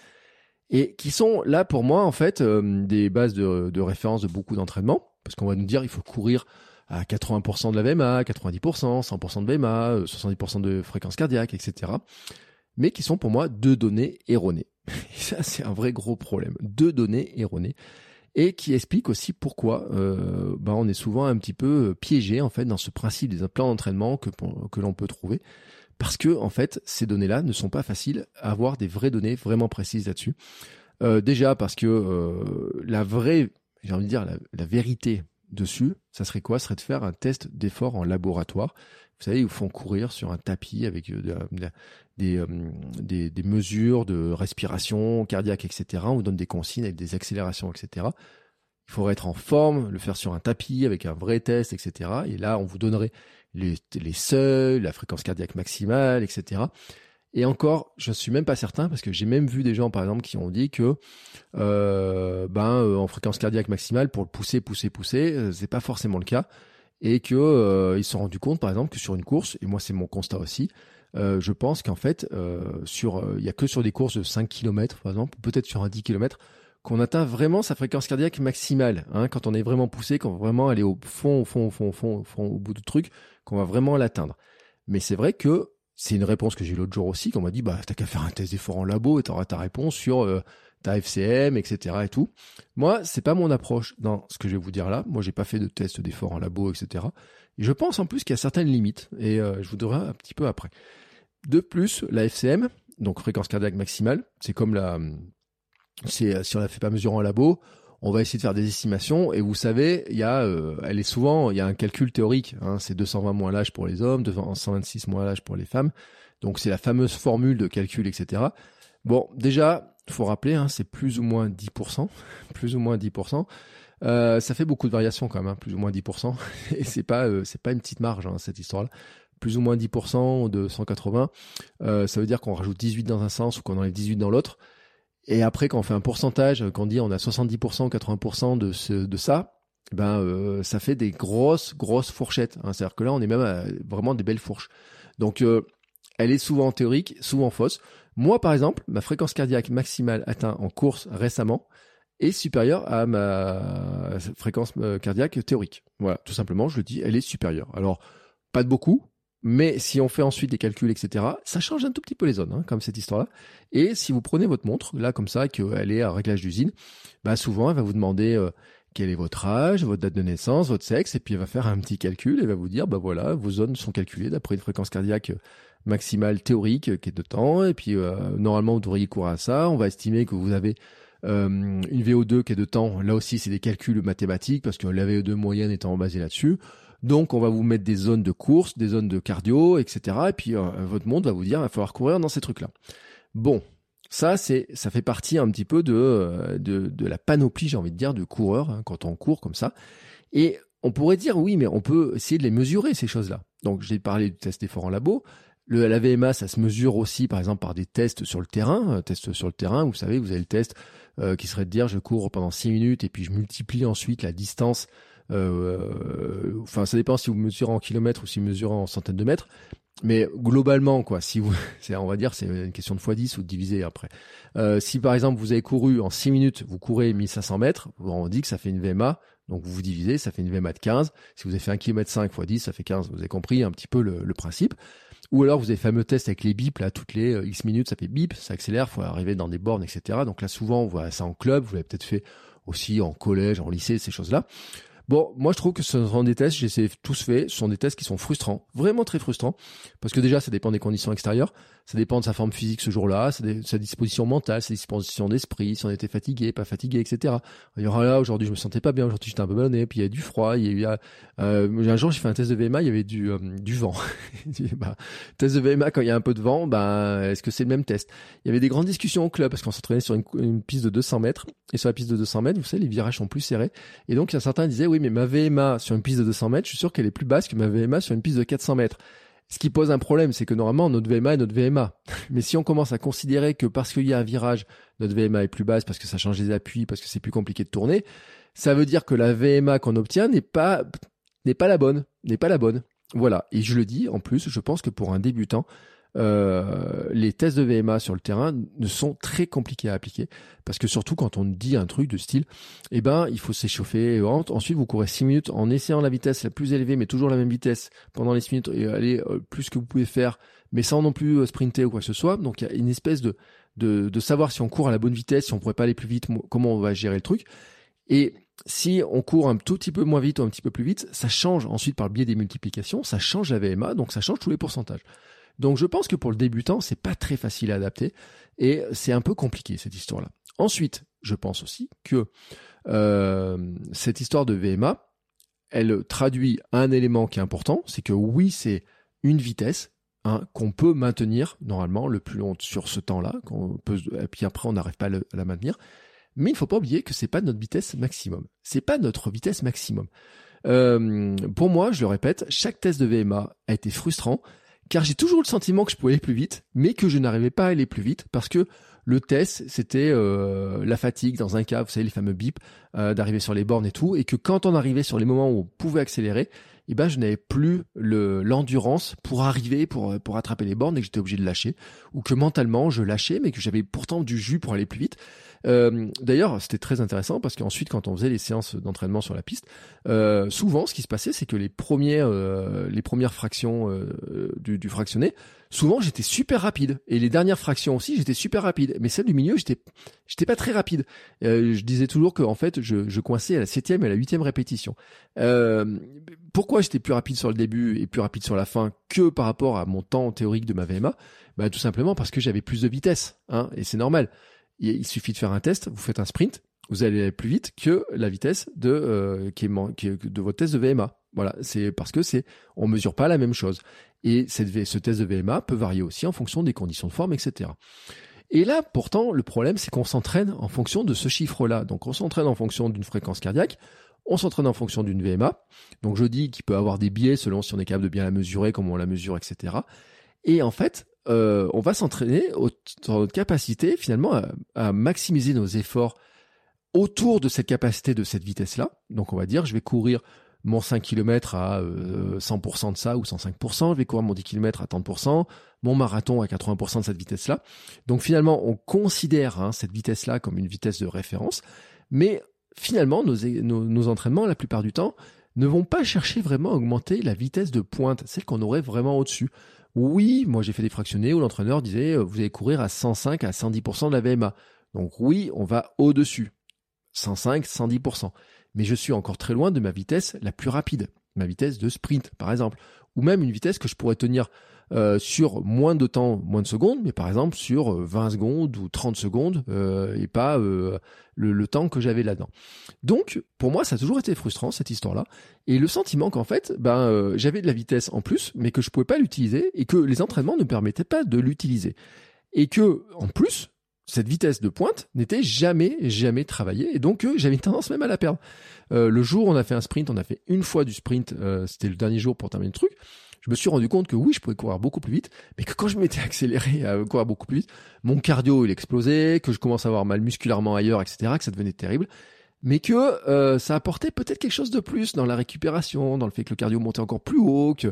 et qui sont là pour moi en fait euh, des bases de, de référence de beaucoup d'entraînements, parce qu'on va nous dire il faut courir à quatre-vingts pour cent de la V M A, quatre-vingt-dix pour cent, cent pour cent de V M A, soixante-dix pour cent de fréquence cardiaque, et cetera. Mais qui sont pour moi deux données erronées. Et ça, c'est un vrai gros problème. Deux données erronées. Et qui explique aussi pourquoi euh, bah on est souvent un petit peu piégé en fait dans ce principe des plans d'entraînement que, que l'on peut trouver. Parce que en fait, ces données-là ne sont pas faciles à avoir des vraies données vraiment précises là-dessus. Euh, déjà parce que euh, la vraie, j'ai envie de dire, la, la vérité dessus, ça serait quoi? Ça serait de faire un test d'effort en laboratoire. Vous savez, ils vous font courir sur un tapis avec de, de, des, euh, des, des mesures de respiration cardiaque, et cetera. On vous donne des consignes avec des accélérations, et cetera. Il faudrait être en forme, le faire sur un tapis avec un vrai test, et cetera. Et là, on vous donnerait les, les seuils, la fréquence cardiaque maximale, et cetera. Et encore, je ne suis même pas certain, parce que j'ai même vu des gens, par exemple, qui ont dit que euh, ben, euh, en fréquence cardiaque maximale, pour le pousser, pousser, pousser, euh, c'est pas forcément le cas. Et que euh, ils se sont rendus compte, par exemple, que sur une course, et moi c'est mon constat aussi, euh, je pense qu'en fait, euh, sur, il euh, y a que sur des courses de cinq kilomètres, par exemple, ou peut-être sur un dix kilomètres, qu'on atteint vraiment sa fréquence cardiaque maximale, hein, quand on est vraiment poussé, quand on va vraiment aller au fond, au fond, au fond, au fond, au fond, au bout du truc, qu'on va vraiment l'atteindre. Mais c'est vrai que c'est une réponse que j'ai eu l'autre jour aussi, qu'on m'a dit, bah, t'as qu'à faire un test d'effort en labo et t'auras ta réponse sur euh, ta F C M, et cetera et tout. Moi, c'est pas mon approche dans ce que je vais vous dire là. Moi, j'ai pas fait de test d'effort en labo, et cetera. Et je pense en plus qu'il y a certaines limites, et euh, je vous dirai un petit peu après. De plus, la F C M, donc fréquence cardiaque maximale, c'est comme la, c'est si on la fait pas mesurer en labo, on va essayer de faire des estimations, et vous savez, il y a, euh, elle est souvent, il y a un calcul théorique, hein, c'est deux cent vingt moins l'âge pour les hommes, deux cent vingt-six moins l'âge pour les femmes, donc c'est la fameuse formule de calcul, et cetera. Bon, déjà, il faut rappeler, hein, c'est plus ou moins dix pour cent, plus ou moins dix pour cent. Euh, ça fait beaucoup de variations quand même, hein, plus ou moins dix pour cent, et c'est pas, euh, c'est pas une petite marge, hein, cette histoire-là. Plus ou moins dix pour cent de cent quatre-vingts, euh, ça veut dire qu'on rajoute dix-huit dans un sens ou qu'on enlève dix-huit dans l'autre. Et après, quand on fait un pourcentage, quand on dit on a soixante-dix pour cent ou quatre-vingts pour cent de, ce, de ça, ben euh, ça fait des grosses, grosses fourchettes. Hein. C'est-à-dire que là, on est même à vraiment des belles fourches. Donc, euh, elle est souvent théorique, souvent fausse. Moi, par exemple, ma fréquence cardiaque maximale atteinte en course récemment est supérieure à ma fréquence cardiaque théorique. Voilà, tout simplement, je le dis, elle est supérieure. Alors, pas de beaucoup, mais si on fait ensuite des calculs, et cetera, ça change un tout petit peu les zones, hein, comme cette histoire-là. Et si vous prenez votre montre, là, comme ça, qu'elle est à réglage d'usine, bah souvent, elle va vous demander euh, quel est votre âge, votre date de naissance, votre sexe, et puis elle va faire un petit calcul et va vous dire, bah voilà, vos zones sont calculées d'après une fréquence cardiaque maximale théorique qui est de temps, et puis euh, normalement vous devriez courir à ça, on va estimer que vous avez euh, une V O deux qui est de temps, là aussi c'est des calculs mathématiques, parce que la V O deux moyenne étant basée là-dessus, donc on va vous mettre des zones de course, des zones de cardio, et cetera, et puis euh, votre monde va vous dire, il va falloir courir dans ces trucs-là. Bon, ça c'est, ça fait partie un petit peu de, de, de la panoplie, j'ai envie de dire, de coureurs, hein, quand on court comme ça, et on pourrait dire, oui, mais on peut essayer de les mesurer, ces choses-là. Donc j'ai parlé du test d'effort en labo. Le, la V M A, ça se mesure aussi, par exemple, par des tests sur le terrain. Euh, tests sur le terrain, vous savez, vous avez le test euh, qui serait de dire, je cours pendant six minutes et puis je multiplie ensuite la distance. Euh, enfin, ça dépend si vous mesurez en kilomètres ou si vous mesurez en centaines de mètres. Mais globalement, quoi, si vous, c'est, on va dire, c'est une question de fois dix ou de diviser après. Euh, si par exemple vous avez couru en six minutes, vous courez mille cinq cents mètres, on dit que ça fait une V M A. Donc vous vous divisez, ça fait une V M A de quinze. Si vous avez fait un kilomètre cinq fois dix, ça fait quinze. Vous avez compris un petit peu le, le principe. Ou alors vous avez le fameux test avec les bips, là, toutes les euh, X minutes, ça fait bip, ça accélère, faut arriver dans des bornes, et cetera. Donc là, souvent, on voit ça en club, vous l'avez peut-être fait aussi en collège, en lycée, ces choses-là. Bon, moi, je trouve que ce sont des tests, j'ai tous fait, ce sont des tests qui sont frustrants, vraiment très frustrants, parce que déjà, ça dépend des conditions extérieures, ça dépend de sa forme physique ce jour-là, de sa disposition mentale, sa disposition d'esprit, si on était fatigué, pas fatigué, et cetera. Il y aura là, aujourd'hui, je me sentais pas bien, aujourd'hui, j'étais un peu ballonné, puis il y a du froid, il y a eu, euh, un jour, j'ai fait un test de V M A, il y avait du, euh, du vent. bah, test de V M A, quand il y a un peu de vent, ben, est-ce que c'est le même test? Il y avait des grandes discussions au club, parce qu'on s'entraînait sur une, une piste de deux cents mètres, et sur la piste de deux cents mètres, vous savez, les virages sont plus serrés, et donc, il y a certains qui disaient, oui, mais ma V M A sur une piste de deux cents mètres, je suis sûr qu'elle est plus basse que ma V M A sur une piste de quatre cents mètres. Ce qui pose un problème, c'est que normalement, notre V M A est notre V M A. Mais si on commence à considérer que parce qu'il y a un virage, notre V M A est plus basse, parce que ça change les appuis, parce que c'est plus compliqué de tourner, ça veut dire que la V M A qu'on obtient n'est pas, n'est pas la bonne, n'est pas la bonne. Voilà. Et je le dis, en plus, je pense que pour un débutant, Euh, les tests de V M A sur le terrain ne sont très compliqués à appliquer, parce que surtout quand on dit un truc de style, eh ben il faut s'échauffer, ensuite vous courez six minutes en essayant la vitesse la plus élevée, mais toujours la même vitesse pendant les six minutes, et aller euh, plus que vous pouvez faire, mais sans non plus euh, sprinter ou quoi que ce soit. Donc il y a une espèce de, de de savoir si on court à la bonne vitesse, si on pourrait pas aller plus vite, comment on va gérer le truc. Et si on court un tout petit peu moins vite ou un petit peu plus vite, ça change ensuite par le biais des multiplications, ça change la V M A, donc ça change tous les pourcentages. Donc je pense que pour le débutant, c'est pas très facile à adapter et c'est un peu compliqué cette histoire-là. Ensuite, je pense aussi que euh, cette histoire de V M A, elle traduit un élément qui est important, c'est que oui, c'est une vitesse hein, qu'on peut maintenir normalement le plus long sur ce temps-là, qu'on peut, et puis après on n'arrive pas à, le, à la maintenir. Mais il ne faut pas oublier que c'est pas notre vitesse maximum. C'est pas notre vitesse maximum. Euh, pour moi, je le répète, chaque test de V M A a été frustrant. Car j'ai toujours le sentiment que je pouvais aller plus vite, mais que je n'arrivais pas à aller plus vite, parce que le test, c'était euh, la fatigue dans un cas, vous savez, les fameux bips, euh, d'arriver sur les bornes et tout, et que quand on arrivait sur les moments où on pouvait accélérer, eh ben, je n'avais plus le, l'endurance pour arriver, pour, pour attraper les bornes, et que j'étais obligé de lâcher, ou que mentalement, je lâchais, mais que j'avais pourtant du jus pour aller plus vite. Euh, d'ailleurs, c'était très intéressant parce qu'ensuite, quand on faisait les séances d'entraînement sur la piste, euh, souvent, ce qui se passait, c'est que les premiers, euh, les premières fractions euh, du, du fractionné, souvent, j'étais super rapide. Et les dernières fractions aussi, j'étais super rapide. Mais celle du milieu, j'étais, j'étais pas très rapide. Euh, je disais toujours que, en fait, je, je coinçais à la septième et à la huitième répétition. Euh, pourquoi j'étais plus rapide sur le début et plus rapide sur la fin que par rapport à mon temps théorique de ma V M A? Bah, tout simplement parce que j'avais plus de vitesse, hein, et c'est normal. Il suffit de faire un test, vous faites un sprint, vous allez aller plus vite que la vitesse de euh, qui est, qui est de votre test de V M A. Voilà, c'est parce que c'est on mesure pas la même chose. Et cette, ce test de V M A peut varier aussi en fonction des conditions de forme, et cetera. Et là, pourtant, le problème, c'est qu'on s'entraîne en fonction de ce chiffre-là. Donc, on s'entraîne en fonction d'une fréquence cardiaque, on s'entraîne en fonction d'une V M A. Donc, je dis qu'il peut avoir des biais selon si on est capable de bien la mesurer, comment on la mesure, et cetera. Et en fait, Euh, on va s'entraîner au, dans notre capacité finalement à, à maximiser nos efforts autour de cette capacité de cette vitesse-là. Donc on va dire je vais courir mon cinq kilomètres à euh, cent pour cent de ça ou cent cinq pour cent, je vais courir mon dix kilomètres à trente pour cent, mon marathon à quatre-vingts pour cent de cette vitesse-là. Donc finalement on considère hein, cette vitesse-là comme une vitesse de référence, mais finalement nos, nos, nos entraînements la plupart du temps ne vont pas chercher vraiment à augmenter la vitesse de pointe, celle qu'on aurait vraiment au-dessus. Oui, moi j'ai fait des fractionnés où l'entraîneur disait euh, vous allez courir à cent cinq à cent dix pour cent de la V M A. Donc oui, on va au-dessus. cent cinq, cent dix pour cent. mais je suis encore très loin de ma vitesse la plus rapide, ma vitesse de sprint par exemple, ou même une vitesse que je pourrais tenir euh, sur moins de temps, moins de secondes, mais par exemple sur vingt secondes ou trente secondes euh, et pas euh, le, le temps que j'avais là-dedans. Donc pour moi ça a toujours été frustrant cette histoire-là, et le sentiment qu'en fait ben, euh, j'avais de la vitesse en plus mais que je pouvais pas l'utiliser et que les entraînements ne permettaient pas de l'utiliser, et que en plus cette vitesse de pointe n'était jamais, jamais travaillée, et donc euh, j'avais une tendance même à la perdre. Euh, le jour où on a fait un sprint, on a fait une fois du sprint, euh, c'était le dernier jour pour terminer le truc, je me suis rendu compte que oui, je pouvais courir beaucoup plus vite, mais que quand je m'étais accéléré à courir beaucoup plus vite, mon cardio il explosait, que je commençais à avoir mal musculairement ailleurs, et cetera, que ça devenait terrible, mais que euh, ça apportait peut-être quelque chose de plus dans la récupération, dans le fait que le cardio montait encore plus haut, que...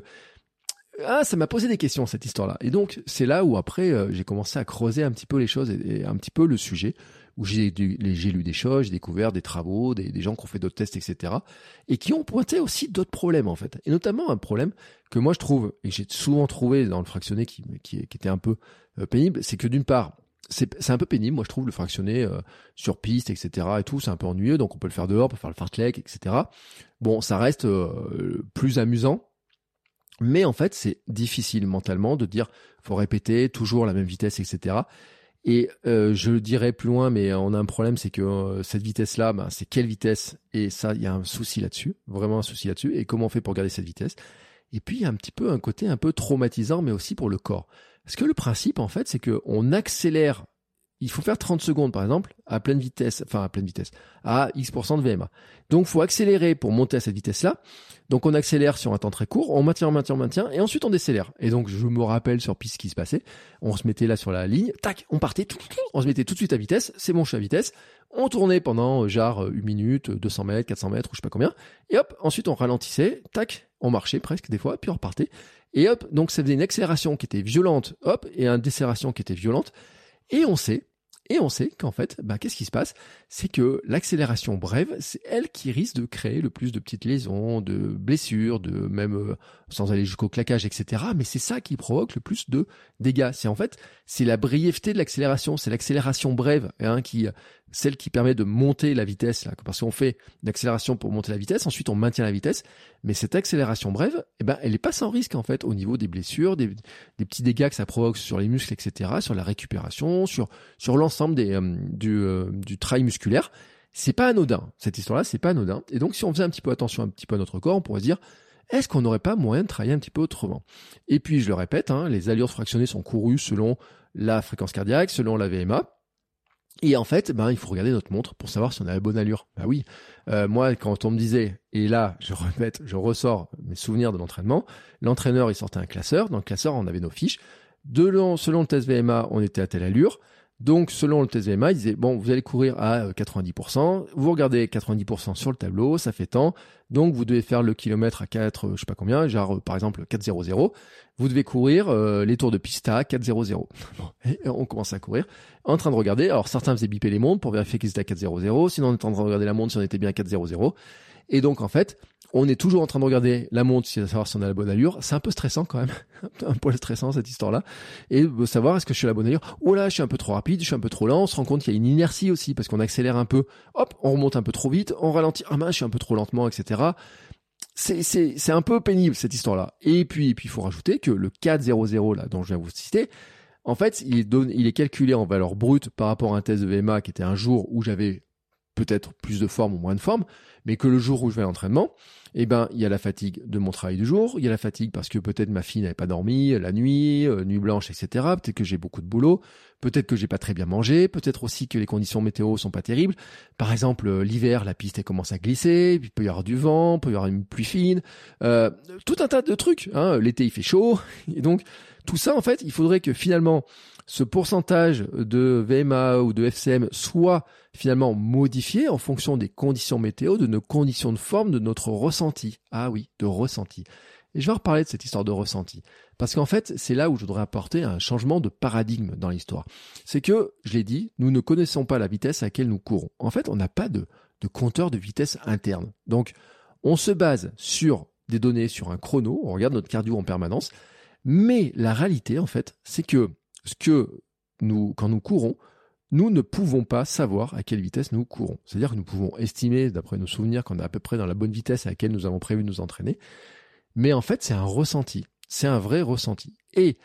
Ah, ça m'a posé des questions cette histoire-là. Et donc, c'est là où après, euh, j'ai commencé à creuser un petit peu les choses et, et un petit peu le sujet, où j'ai, j'ai lu des choses, j'ai découvert des travaux, des, des gens qui ont fait d'autres tests, et cetera, et qui ont pointé aussi d'autres problèmes, en fait. Et notamment un problème que moi je trouve, et j'ai souvent trouvé dans le fractionné qui, qui, qui était un peu euh, pénible, c'est que d'une part, c'est, c'est un peu pénible, moi je trouve, le fractionné euh, sur piste, et cetera, et tout, c'est un peu ennuyeux, donc on peut le faire dehors, on peut faire le fartlek, et cetera. Bon, ça reste euh, plus amusant, mais en fait, c'est difficile mentalement de dire faut répéter toujours la même vitesse, et cetera. Et euh, je le dirais plus loin, mais on a un problème, c'est que euh, cette vitesse-là, ben, c'est quelle vitesse? Et ça, il y a un souci là-dessus, vraiment un souci là-dessus. Et comment on fait pour garder cette vitesse? Et puis, il y a un petit peu un côté un peu traumatisant, mais aussi pour le corps. Parce que le principe, en fait, c'est qu'on accélère. Il faut faire trente secondes, par exemple, à pleine vitesse, enfin à pleine vitesse, à X% de V M A. Donc, il faut accélérer pour monter à cette vitesse-là. Donc, on accélère sur un temps très court, on maintient, on maintient, on maintient, et ensuite on décélère. Et donc, je me rappelle sur piste ce qui se passait. On se mettait là sur la ligne, tac, on partait, on se mettait tout de suite à vitesse, c'est bon, je suis à vitesse. On tournait pendant genre une minute, deux cents mètres, quatre cents mètres, ou je sais pas combien. Et hop, ensuite on ralentissait, tac, on marchait presque des fois, puis on repartait. Et hop, donc ça faisait une accélération qui était violente, hop, et une décélération qui était violente. Et on sait, et on sait qu'en fait, bah, qu'est-ce qui se passe? C'est que l'accélération brève, c'est elle qui risque de créer le plus de petites lésions, de blessures, de même euh, sans aller jusqu'au claquage, et cetera. Mais c'est ça qui provoque le plus de dégâts. C'est en fait, c'est la brièveté de l'accélération, c'est l'accélération brève, hein, qui, celle qui permet de monter la vitesse, là, parce qu'on fait l'accélération pour monter la vitesse, ensuite on maintient la vitesse. Mais cette accélération brève, eh ben, elle est pas sans risque en fait au niveau des blessures, des, des petits dégâts que ça provoque sur les muscles, et cetera, sur la récupération, sur sur l'ensemble des euh, du euh, du travail musculaire. C'est pas anodin. Cette histoire-là, c'est pas anodin. Et donc, si on faisait un petit peu attention un petit peu à notre corps, on pourrait se dire, est-ce qu'on n'aurait pas moyen de travailler un petit peu autrement? Et puis, je le répète, hein, les allures fractionnées sont courues selon la fréquence cardiaque, selon la V M A. Et en fait, ben, il faut regarder notre montre pour savoir si on a la bonne allure. Bah oui, euh, moi, quand on me disait, et là, je répète, je ressors mes souvenirs de l'entraînement, l'entraîneur, il sortait un classeur. Dans le classeur, on avait nos fiches. De long, selon le test V M A, on était à telle allure. Donc, selon le test V M A, il disait, bon, vous allez courir à quatre-vingt-dix pour cent. Vous regardez quatre-vingt-dix pour cent sur le tableau, ça fait tant. Donc, vous devez faire le kilomètre à quatre, je sais pas combien, genre, par exemple, quatre zéro zéro. Vous devez courir euh, les tours de piste à quatre zéro zéro. Bon, et on commence à courir, en train de regarder. Alors, certains faisaient biper les montres pour vérifier qu'ils étaient à quatre zéro zéro. Sinon, on était en train de regarder la montre si on était bien à quatre zéro zéro. Et donc, en fait, on est toujours en train de regarder la montre, si à savoir si on a la bonne allure. C'est un peu stressant quand même, un poil stressant cette histoire-là. Et de savoir est-ce que je suis à la bonne allure. Oh là, je suis un peu trop rapide, je suis un peu trop lent. On se rend compte qu'il y a une inertie aussi parce qu'on accélère un peu. Hop, on remonte un peu trop vite, on ralentit. Ah mince, je suis un peu trop lentement, et cetera. C'est c'est c'est un peu pénible cette histoire-là. Et puis et puis il faut rajouter que le quatre zéro zéro là dont je viens vous citer, en fait, il est donné, il est calculé en valeur brute par rapport à un test de V M A qui était un jour où j'avais peut-être plus de forme ou moins de forme, mais que le jour où je vais à l'entraînement, eh ben, il y a la fatigue de mon travail du jour, il y a la fatigue parce que peut-être ma fille n'avait pas dormi la nuit, euh, nuit blanche, et cetera. Peut-être que j'ai beaucoup de boulot, peut-être que j'ai pas très bien mangé, peut-être aussi que les conditions météo sont pas terribles. Par exemple, euh, l'hiver, la piste elle commence à glisser, puis il peut y avoir du vent, il peut y avoir une pluie fine, euh, tout un tas de trucs. Hein. L'été il fait chaud, et donc tout ça en fait, il faudrait que finalement ce pourcentage de V M A ou de F C M soit finalement modifié en fonction des conditions météo, de nos conditions de forme, de notre ressenti. Ah oui, de ressenti. Et je vais reparler de cette histoire de ressenti. Parce qu'en fait, c'est là où je voudrais apporter un changement de paradigme dans l'histoire. C'est que, je l'ai dit, nous ne connaissons pas la vitesse à laquelle nous courons. En fait, on n'a pas de, de compteur de vitesse interne. Donc, on se base sur des données, sur un chrono, on regarde notre cardio en permanence. Mais la réalité, en fait, c'est que ce que nous, quand nous courons, nous ne pouvons pas savoir à quelle vitesse nous courons. C'est-à-dire que nous pouvons estimer, d'après nos souvenirs, qu'on est à peu près dans la bonne vitesse à laquelle nous avons prévu de nous entraîner. Mais en fait, c'est un ressenti. C'est un vrai ressenti. Et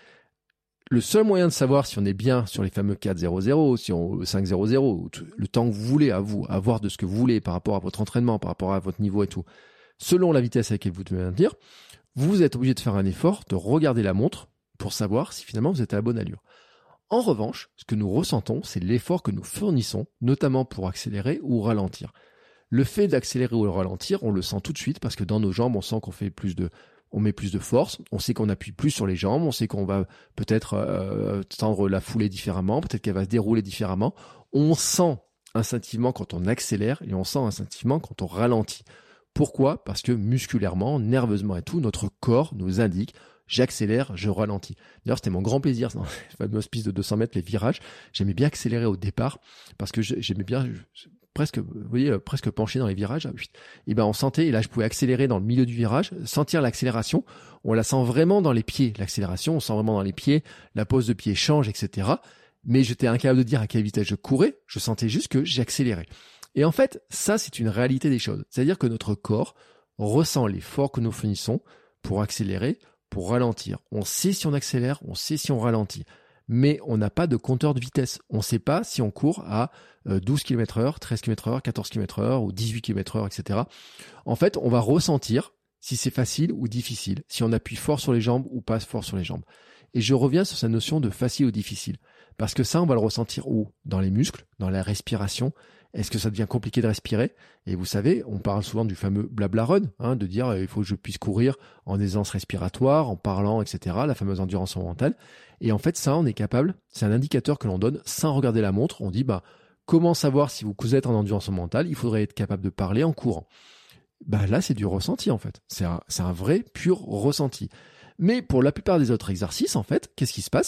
le seul moyen de savoir si on est bien sur les fameux quatre zéro zéro, si on cinq zéro zéro, le temps que vous voulez à vous, avoir de ce que vous voulez par rapport à votre entraînement, par rapport à votre niveau et tout, selon la vitesse à laquelle vous devez maintenir, vous êtes obligé de faire un effort, de regarder la montre pour savoir si finalement vous êtes à la bonne allure. En revanche, ce que nous ressentons, c'est l'effort que nous fournissons, notamment pour accélérer ou ralentir. Le fait d'accélérer ou de ralentir, on le sent tout de suite parce que dans nos jambes, on sent qu'on fait plus de, on met plus de force, on sait qu'on appuie plus sur les jambes, on sait qu'on va peut-être euh, tendre la foulée différemment, peut-être qu'elle va se dérouler différemment. On sent instinctivement quand on accélère et on sent instinctivement quand on ralentit. Pourquoi ? Parce que musculairement, nerveusement et tout, notre corps nous indique j'accélère, je ralentis. D'ailleurs, c'était mon grand plaisir dans la fameuse piste de deux cents mètres, les virages. J'aimais bien accélérer au départ parce que j'aimais bien presque, vous voyez, presque pencher dans les virages. Et ben, on sentait, et là, je pouvais accélérer dans le milieu du virage, sentir l'accélération. On la sent vraiment dans les pieds, l'accélération. On sent vraiment dans les pieds, la pose de pied change, et cetera. Mais j'étais incapable de dire à quelle vitesse je courais. Je sentais juste que j'accélérais. Et en fait, ça, c'est une réalité des choses. C'est-à-dire que notre corps ressent l'effort que nous fournissons pour accélérer, pour ralentir. On sait si on accélère, on sait si on ralentit. Mais on n'a pas de compteur de vitesse. On ne sait pas si on court à douze kilomètres heure, treize kilomètres heure, quatorze kilomètres heure ou dix-huit kilomètres heure, et cetera. En fait, on va ressentir si c'est facile ou difficile, si on appuie fort sur les jambes ou pas fort sur les jambes. Et je reviens sur cette notion de facile ou difficile. Parce que ça, on va le ressentir où ? Dans les muscles, dans la respiration. Est-ce que ça devient compliqué de respirer ? Et vous savez, on parle souvent du fameux blabla run, hein, de dire euh, il faut que je puisse courir en aisance respiratoire, en parlant, et cetera, la fameuse endurance mentale. Et en fait, ça, on est capable, c'est un indicateur que l'on donne sans regarder la montre. On dit, bah, comment savoir si vous êtes en endurance mentale ? Il faudrait être capable de parler en courant. Bah, là, c'est du ressenti, en fait. C'est un, c'est un vrai, pur ressenti. Mais pour la plupart des autres exercices, en fait, qu'est-ce qui se passe ?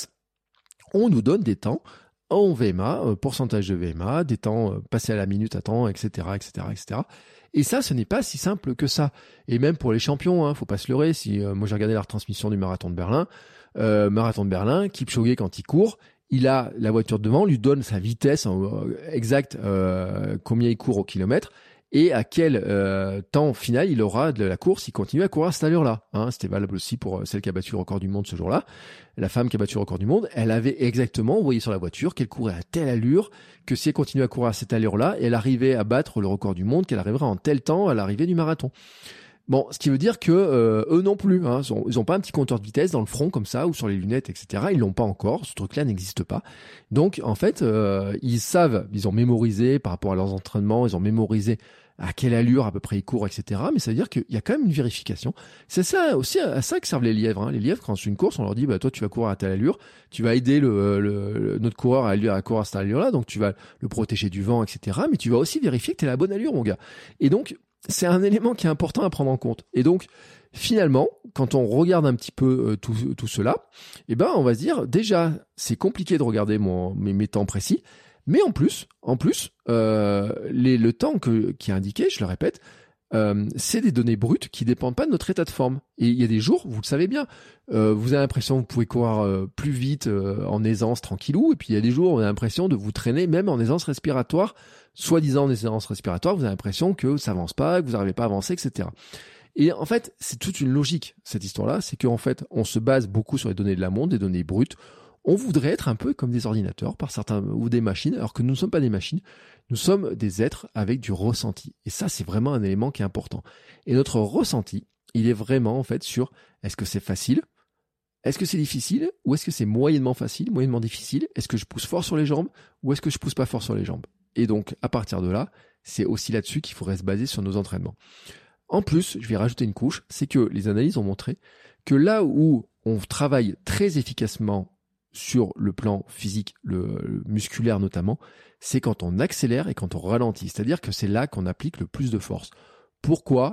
On nous donne des temps en V M A, euh, pourcentage de V M A, des temps euh, passés à la minute à temps, et cetera, et cetera, et cetera. Et ça, ce n'est pas si simple que ça. Et même pour les champions, hein, faut pas se leurrer. Si euh, moi j'ai regardé la retransmission du marathon de Berlin, euh, marathon de Berlin, Kipchoge quand il court, il a la voiture devant, lui donne sa vitesse euh, exacte, euh, combien il court au kilomètre. Et à quel euh, temps final il aura de la course, il continue à courir à cette allure-là. Hein, c'était valable aussi pour celle qui a battu le record du monde ce jour-là. La femme qui a battu le record du monde, elle avait exactement, vous voyez sur la voiture, qu'elle courait à telle allure, que si elle continuait à courir à cette allure-là, elle arrivait à battre le record du monde, qu'elle arriverait en tel temps à l'arrivée du marathon. Bon, ce qui veut dire que euh, eux non plus, hein, ils n'ont pas un petit compteur de vitesse dans le front comme ça ou sur les lunettes, et cetera. Ils l'ont pas encore, ce truc-là n'existe pas. Donc en fait, euh, ils savent, ils ont mémorisé par rapport à leurs entraînements, ils ont mémorisé à quelle allure à peu près ils courent, et cetera. Mais ça veut dire qu'il y a quand même une vérification. C'est ça aussi à ça que servent les lièvres. Hein. Les lièvres, quand c'est une course, on leur dit, bah toi tu vas courir à telle allure, tu vas aider le, le, le notre coureur à, à courir à cette allure-là, donc tu vas le protéger du vent, et cetera. Mais tu vas aussi vérifier que tu es à la bonne allure, mon gars. Et donc c'est un élément qui est important à prendre en compte. Et donc finalement, quand on regarde un petit peu euh, tout, tout cela, eh ben on va se dire déjà c'est compliqué de regarder mon, mes, mes temps précis. Mais en plus, en plus, euh, les, le temps que, qui est indiqué, je le répète, euh, c'est des données brutes qui dépendent pas de notre état de forme. Et il y a des jours, vous le savez bien, euh, vous avez l'impression que vous pouvez courir euh, plus vite euh, en aisance tranquillou, et puis il y a des jours où on a l'impression de vous traîner même en aisance respiratoire, soi-disant en aisance respiratoire, vous avez l'impression que ça avance pas, que vous n'arrivez pas à avancer, et cetera. Et en fait, c'est toute une logique, cette histoire-là, c'est qu'en fait, on se base beaucoup sur les données de la montre, des données brutes. On voudrait être un peu comme des ordinateurs par certains ou des machines, alors que nous ne sommes pas des machines, nous sommes des êtres avec du ressenti. Et ça, c'est vraiment un élément qui est important. Et notre ressenti, il est vraiment en fait sur est-ce que c'est facile, est-ce que c'est difficile, ou est-ce que c'est moyennement facile, moyennement difficile, est-ce que je pousse fort sur les jambes, ou est-ce que je pousse pas fort sur les jambes. Et donc, à partir de là, c'est aussi là-dessus qu'il faudrait se baser sur nos entraînements. En plus, je vais rajouter une couche, c'est que les analyses ont montré que là où on travaille très efficacement sur le plan physique, le, le musculaire notamment, c'est quand on accélère et quand on ralentit. C'est-à-dire que c'est là qu'on applique le plus de force. Pourquoi ?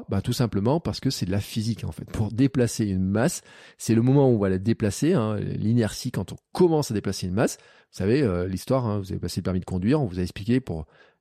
Ben, tout simplement parce que c'est de la physique en fait. Pour déplacer une masse, c'est le moment où on va la déplacer. Hein, l'inertie, quand on commence à déplacer une masse, vous savez, euh, l'histoire, hein, vous avez passé le permis de conduire, on vous a expliqué pour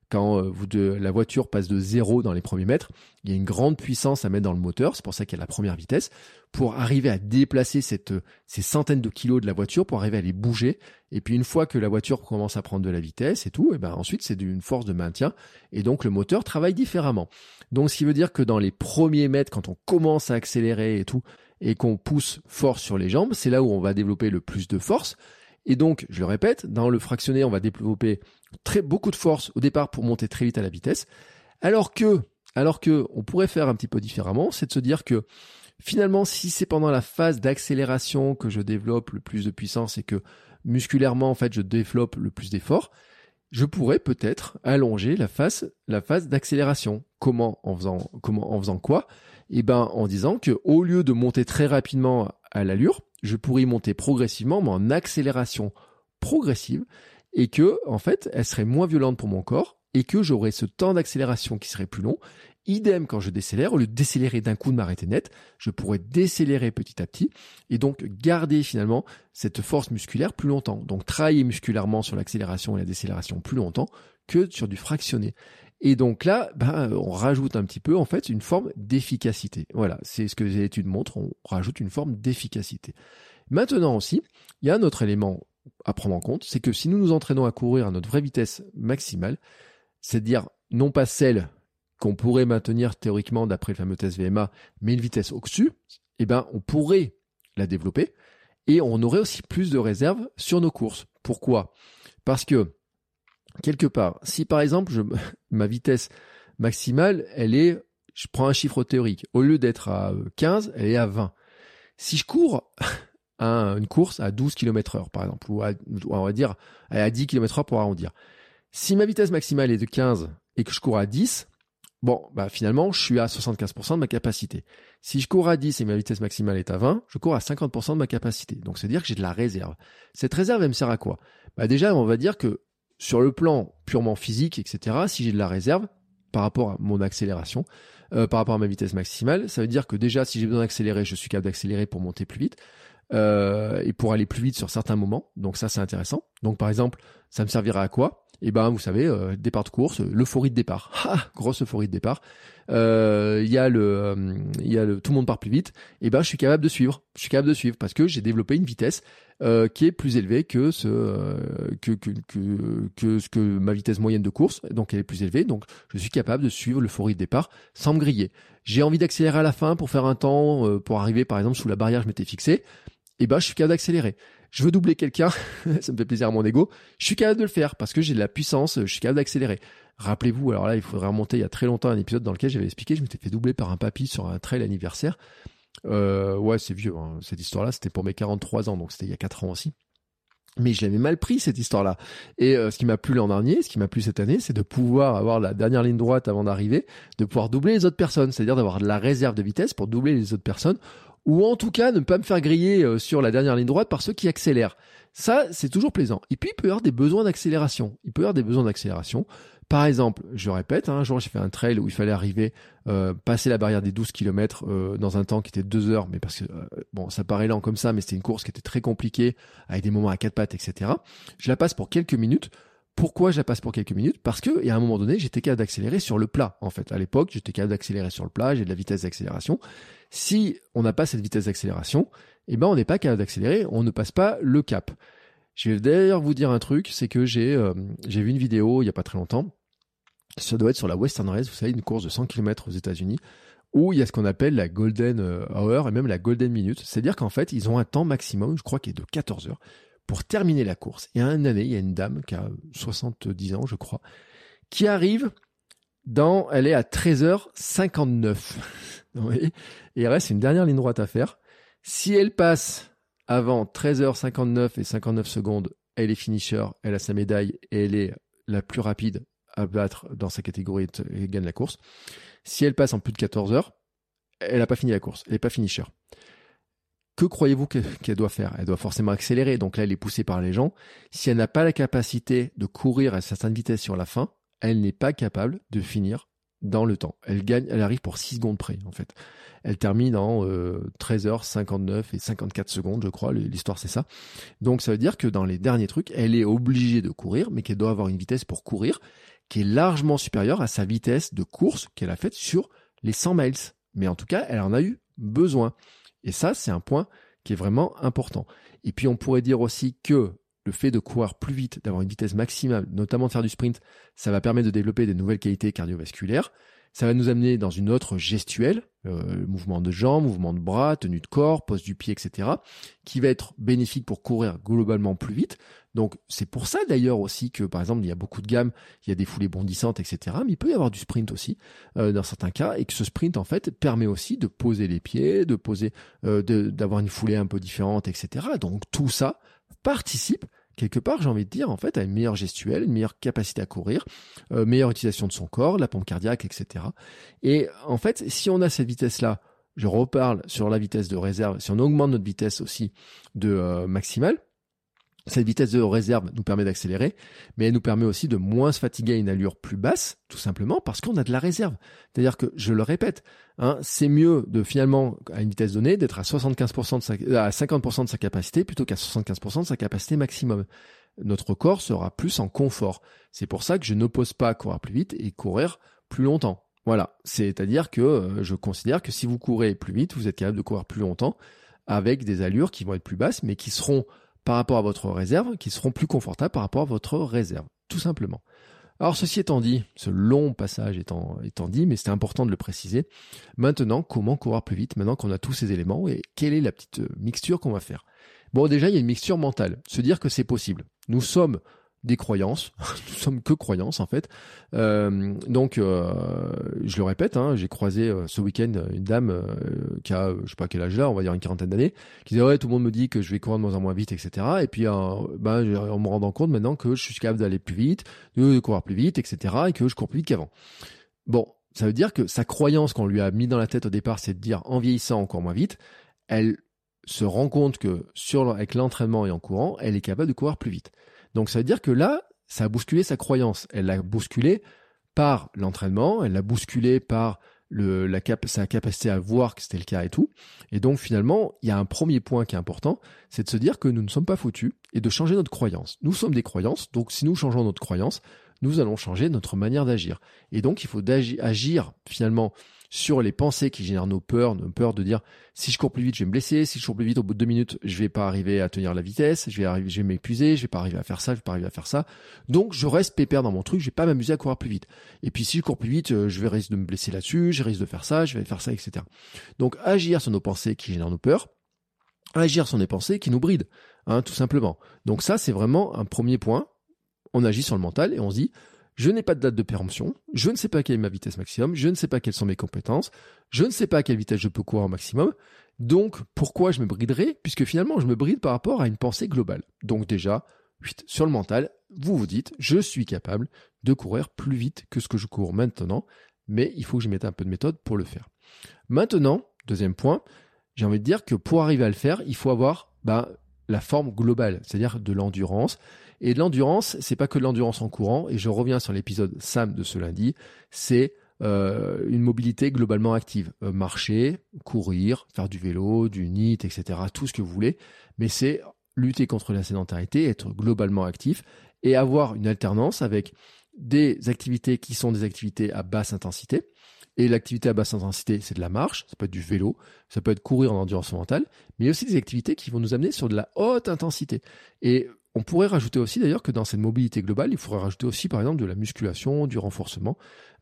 quand euh, vous de, la voiture passe de zéro dans les premiers mètres, il y a une grande puissance à mettre dans le moteur, c'est pour ça qu'il y a la première vitesse, pour arriver à déplacer cette, ces centaines de kilos de la voiture, pour arriver à les bouger. Et puis une fois que la voiture commence à prendre de la vitesse et tout, et ben ensuite c'est une force de maintien, et donc le moteur travaille différemment. Donc ce qui veut dire que dans les premiers mètres, quand on commence à accélérer et tout, et qu'on pousse fort sur les jambes, c'est là où on va développer le plus de force. Et donc, je le répète, dans le fractionné, on va développer très, beaucoup de force au départ pour monter très vite à la vitesse. Alors que, alors que, on pourrait faire un petit peu différemment, c'est de se dire que finalement, si c'est pendant la phase d'accélération que je développe le plus de puissance et que musculairement, en fait, je développe le plus d'efforts, je pourrais peut-être allonger la phase, la phase d'accélération. Comment? En faisant, comment, en faisant quoi? Eh ben, en disant que, au lieu de monter très rapidement à l'allure, je pourrais y monter progressivement, mais en accélération progressive, et que, en fait, elle serait moins violente pour mon corps, et que j'aurais ce temps d'accélération qui serait plus long. Idem quand je décélère, au lieu de décélérer d'un coup, de m'arrêter net, je pourrais décélérer petit à petit, et donc garder finalement cette force musculaire plus longtemps. Donc travailler musculairement sur l'accélération et la décélération plus longtemps que sur du fractionné. Et donc là, ben, on rajoute un petit peu, en fait, une forme d'efficacité. Voilà, c'est ce que les études montrent, on rajoute une forme d'efficacité. Maintenant aussi, il y a un autre élément à prendre en compte, c'est que si nous nous entraînons à courir à notre vraie vitesse maximale, c'est-à-dire non pas celle qu'on pourrait maintenir théoriquement d'après le fameux test V M A, mais une vitesse au-dessus, eh ben, on pourrait la développer et on aurait aussi plus de réserves sur nos courses. Pourquoi? Parce que, quelque part, si par exemple, je, ma vitesse maximale, elle est, je prends un chiffre théorique, au lieu d'être à quinze, elle est à vingt. Si je cours à une course à douze kilomètres heure, par exemple, ou à, on va dire à dix kilomètres heure pour arrondir. Si ma vitesse maximale est de quinze et que je cours à dix, bon, bah finalement, je suis à soixante-quinze pour cent de ma capacité. Si je cours à dix et ma vitesse maximale est à vingt, je cours à cinquante pour cent de ma capacité. Donc, c'est-à-dire que j'ai de la réserve. Cette réserve, elle me sert à quoi? Bah déjà, on va dire que sur le plan purement physique, et cetera, si j'ai de la réserve par rapport à mon accélération, euh, par rapport à ma vitesse maximale, ça veut dire que déjà, si j'ai besoin d'accélérer, je suis capable d'accélérer pour monter plus vite. Euh, et pour aller plus vite sur certains moments. Donc ça, c'est intéressant. Donc par exemple, ça me servira à quoi? Eh ben, vous savez, euh, départ de course, l'euphorie de départ. Ah, grosse euphorie de départ. Euh, il y a le, euh, il y a le, tout le monde part plus vite. Eh ben, je suis capable de suivre. Je suis capable de suivre parce que j'ai développé une vitesse euh, qui est plus élevée que ce, euh, que, que, que, que ce que ma vitesse moyenne de course. Donc, elle est plus élevée. Donc, je suis capable de suivre l'euphorie de départ sans me griller. J'ai envie d'accélérer à la fin pour faire un temps, euh, pour arriver, par exemple, sous la barrière que je m'étais fixée. Eh ben, je suis capable d'accélérer. Je veux doubler quelqu'un, ça me fait plaisir à mon ego, je suis capable de le faire parce que j'ai de la puissance, je suis capable d'accélérer. Rappelez-vous, alors là, il faudrait remonter il y a très longtemps un épisode dans lequel j'avais expliqué, je m'étais fait doubler par un papy sur un trail anniversaire. Euh, ouais, c'est vieux, hein. Cette histoire-là, c'était pour mes quarante-trois ans, donc c'était il y a quatre ans aussi. Mais je l'avais mal pris, cette histoire-là. Et euh, ce qui m'a plu l'an dernier, ce qui m'a plu cette année, c'est de pouvoir avoir la dernière ligne droite avant d'arriver, de pouvoir doubler les autres personnes, c'est-à-dire d'avoir de la réserve de vitesse pour doubler les autres personnes, ou en tout cas ne pas me faire griller euh, sur la dernière ligne droite par ceux qui accélèrent. Ça, c'est toujours plaisant. Et puis, il peut y avoir des besoins d'accélération. Il peut y avoir des besoins d'accélération. Par exemple, je répète, hein, un jour, j'ai fait un trail où il fallait arriver, euh, passer la barrière des douze kilomètres euh, dans un temps qui était deux heures, mais parce que, euh, bon, ça paraît lent comme ça, mais c'était une course qui était très compliquée, avec des moments à quatre pattes, et cetera. Je la passe pour quelques minutes. Pourquoi je la passe pour quelques minutes? Parce que, et à un moment donné, j'étais capable d'accélérer sur le plat. En fait, à l'époque, j'étais capable d'accélérer sur le plat, j'ai de la vitesse d'accélération. Si on n'a pas cette vitesse d'accélération, eh ben, on n'est pas capable d'accélérer, on ne passe pas le cap. Je vais d'ailleurs vous dire un truc, c'est que j'ai, euh, j'ai vu une vidéo il y a pas très longtemps. Ça doit être sur la Western Race, vous savez, une course de cent kilomètres aux États-Unis, où il y a ce qu'on appelle la Golden Hour et même la Golden Minute. C'est-à-dire qu'en fait, ils ont un temps maximum, je crois, qui est de quatorze heures, pour terminer la course. Et à une année, il y a une dame qui a soixante-dix ans, je crois, qui arrive dans, elle est à treize heures cinquante-neuf. Vous voyez ? Et il reste une dernière ligne droite à faire. Si elle passe avant treize heures cinquante-neuf et cinquante-neuf secondes, elle est finisher, elle a sa médaille et elle est la plus rapide à battre dans sa catégorie et gagne la course. Si elle passe en plus de quatorze heures, elle n'a pas fini la course, elle n'est pas finisher. Que croyez-vous qu'elle doit faire? Elle doit forcément accélérer, donc là elle est poussée par les gens. Si elle n'a pas la capacité de courir à certaine vitesse sur la fin, elle n'est pas capable de finir dans le temps. Elle gagne, elle arrive pour six secondes près en fait. Elle termine en euh, treize heures cinquante-neuf et cinquante-quatre secondes, je crois, l'histoire c'est ça. Donc ça veut dire que dans les derniers trucs, elle est obligée de courir, mais qu'elle doit avoir une vitesse pour courir qui est largement supérieure à sa vitesse de course qu'elle a faite sur les cent miles. Mais en tout cas, elle en a eu besoin. Et ça, c'est un point qui est vraiment important. Et puis, on pourrait dire aussi que le fait de courir plus vite, d'avoir une vitesse maximale, notamment de faire du sprint, ça va permettre de développer des nouvelles qualités cardiovasculaires. Ça va nous amener dans une autre gestuelle, euh, mouvement de jambes, mouvement de bras, tenue de corps, pose du pied, et cetera, qui va être bénéfique pour courir globalement plus vite. Donc, c'est pour ça d'ailleurs aussi que, par exemple, il y a beaucoup de gammes, il y a des foulées bondissantes, et cetera, mais il peut y avoir du sprint aussi, euh, dans certains cas, et que ce sprint, en fait, permet aussi de poser les pieds, de poser, euh, de, d'avoir une foulée un peu différente, et cetera. Donc, tout ça participe quelque part, j'ai envie de dire, en fait, à une meilleure gestuelle, une meilleure capacité à courir, euh, meilleure utilisation de son corps, la pompe cardiaque, et cetera. Et en fait, si on a cette vitesse-là, je reparle sur la vitesse de réserve, si on augmente notre vitesse aussi de euh, maximale, cette vitesse de réserve nous permet d'accélérer, mais elle nous permet aussi de moins se fatiguer à une allure plus basse, tout simplement parce qu'on a de la réserve. C'est-à-dire que, je le répète, hein, c'est mieux de finalement, à une vitesse donnée, d'être à soixante-quinze pour cent de sa, à cinquante pour cent de sa capacité plutôt qu'à soixante-quinze pour cent de sa capacité maximum. Notre corps sera plus en confort. C'est pour ça que je n'oppose pas à courir plus vite et courir plus longtemps. Voilà. C'est-à-dire que euh, je considère que si vous courez plus vite, vous êtes capable de courir plus longtemps avec des allures qui vont être plus basses, mais qui seront par rapport à votre réserve, qui seront plus confortables par rapport à votre réserve, tout simplement. Alors, ceci étant dit, ce long passage étant, étant dit, mais c'est important de le préciser, maintenant, comment courir plus vite, maintenant qu'on a tous ces éléments, et quelle est la petite mixture qu'on va faire? Bon, déjà, il y a une mixture mentale, se dire que c'est possible. Nous sommes des croyances, nous sommes que croyances en fait. Euh, donc, euh, je le répète, hein, j'ai croisé euh, ce week-end une dame euh, qui a, je sais pas quel âge là, on va dire une quarantaine d'années, qui disait ouais, tout le monde me dit que je vais courir de moins en moins vite, et cetera. Et puis, euh, ben, en me rendant compte maintenant que je suis capable d'aller plus vite, de courir plus vite, et cetera. Et que je cours plus vite qu'avant. Bon, ça veut dire que sa croyance qu'on lui a mis dans la tête au départ, c'est de dire en vieillissant on court moins vite. Elle se rend compte que sur avec l'entraînement et en courant, elle est capable de courir plus vite. Donc ça veut dire que là, ça a bousculé sa croyance. Elle l'a bousculé par l'entraînement, elle l'a bousculé par le, la cap- sa capacité à voir que c'était le cas et tout. Et donc finalement, il y a un premier point qui est important, c'est de se dire que nous ne sommes pas foutus et de changer notre croyance. Nous sommes des croyances, donc si nous changeons notre croyance, nous allons changer notre manière d'agir. Et donc il faut agir finalement sur les pensées qui génèrent nos peurs, nos peurs de dire si je cours plus vite, je vais me blesser, si je cours plus vite, au bout de deux minutes, je vais pas arriver à tenir la vitesse, je vais arriver, je vais m'épuiser, je vais pas arriver à faire ça, je vais pas arriver à faire ça. Donc je reste pépère dans mon truc, je vais pas m'amuser à courir plus vite. Et puis si je cours plus vite, je vais risque de me blesser là-dessus, je risque de faire ça, je vais faire ça, et cetera. Donc agir sur nos pensées qui génèrent nos peurs, agir sur des pensées qui nous brident, hein, tout simplement. Donc ça, c'est vraiment un premier point. On agit sur le mental et on se dit je n'ai pas de date de péremption, je ne sais pas quelle est ma vitesse maximum, je ne sais pas quelles sont mes compétences, je ne sais pas à quelle vitesse je peux courir au maximum, donc pourquoi je me briderai? Puisque finalement je me bride par rapport à une pensée globale. Donc déjà, sur le mental, vous vous dites, je suis capable de courir plus vite que ce que je cours maintenant, mais il faut que je mette un peu de méthode pour le faire. Maintenant, deuxième point, j'ai envie de dire que pour arriver à le faire, il faut avoir bah, la forme globale, c'est-à-dire de l'endurance. Et de l'endurance, c'est pas que de l'endurance en courant, et je reviens sur l'épisode S A M de ce lundi, c'est euh, une mobilité globalement active. Euh, marcher, courir, faire du vélo, du N I T, et cetera, tout ce que vous voulez, mais c'est lutter contre la sédentarité, être globalement actif, et avoir une alternance avec des activités qui sont des activités à basse intensité. Et l'activité à basse intensité, c'est de la marche, ça peut être du vélo, ça peut être courir en endurance mentale, mais il y a aussi des activités qui vont nous amener sur de la haute intensité. Et on pourrait rajouter aussi d'ailleurs que dans cette mobilité globale, il faudrait rajouter aussi par exemple de la musculation, du renforcement,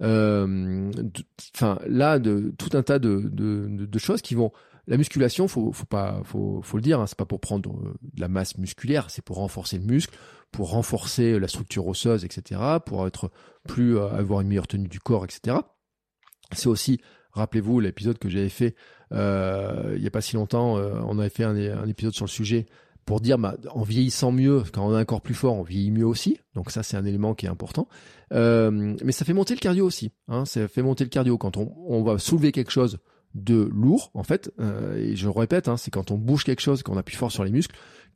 euh, enfin là, de, tout un tas de, de, de, de choses qui vont... La musculation, faut, faut pas, faut, faut le dire, hein, c'est pas pour prendre de la masse musculaire, c'est pour renforcer le muscle, pour renforcer la structure osseuse, et cetera, pour être plus, euh, avoir une meilleure tenue du corps, et cetera. C'est aussi, rappelez-vous, l'épisode que j'avais fait euh, il y a pas si longtemps, euh, on avait fait un, un épisode sur le sujet pour dire, bah, en vieillissant mieux, quand on a un corps plus fort, on vieillit mieux aussi. Donc ça, c'est un élément qui est important. Euh, mais ça fait monter le cardio aussi. Hein, ça fait monter le cardio quand on, on va soulever quelque chose de lourd, en fait. Euh, et je le répète, hein, c'est quand on bouge quelque chose, qu'on appuie fort sur les muscles,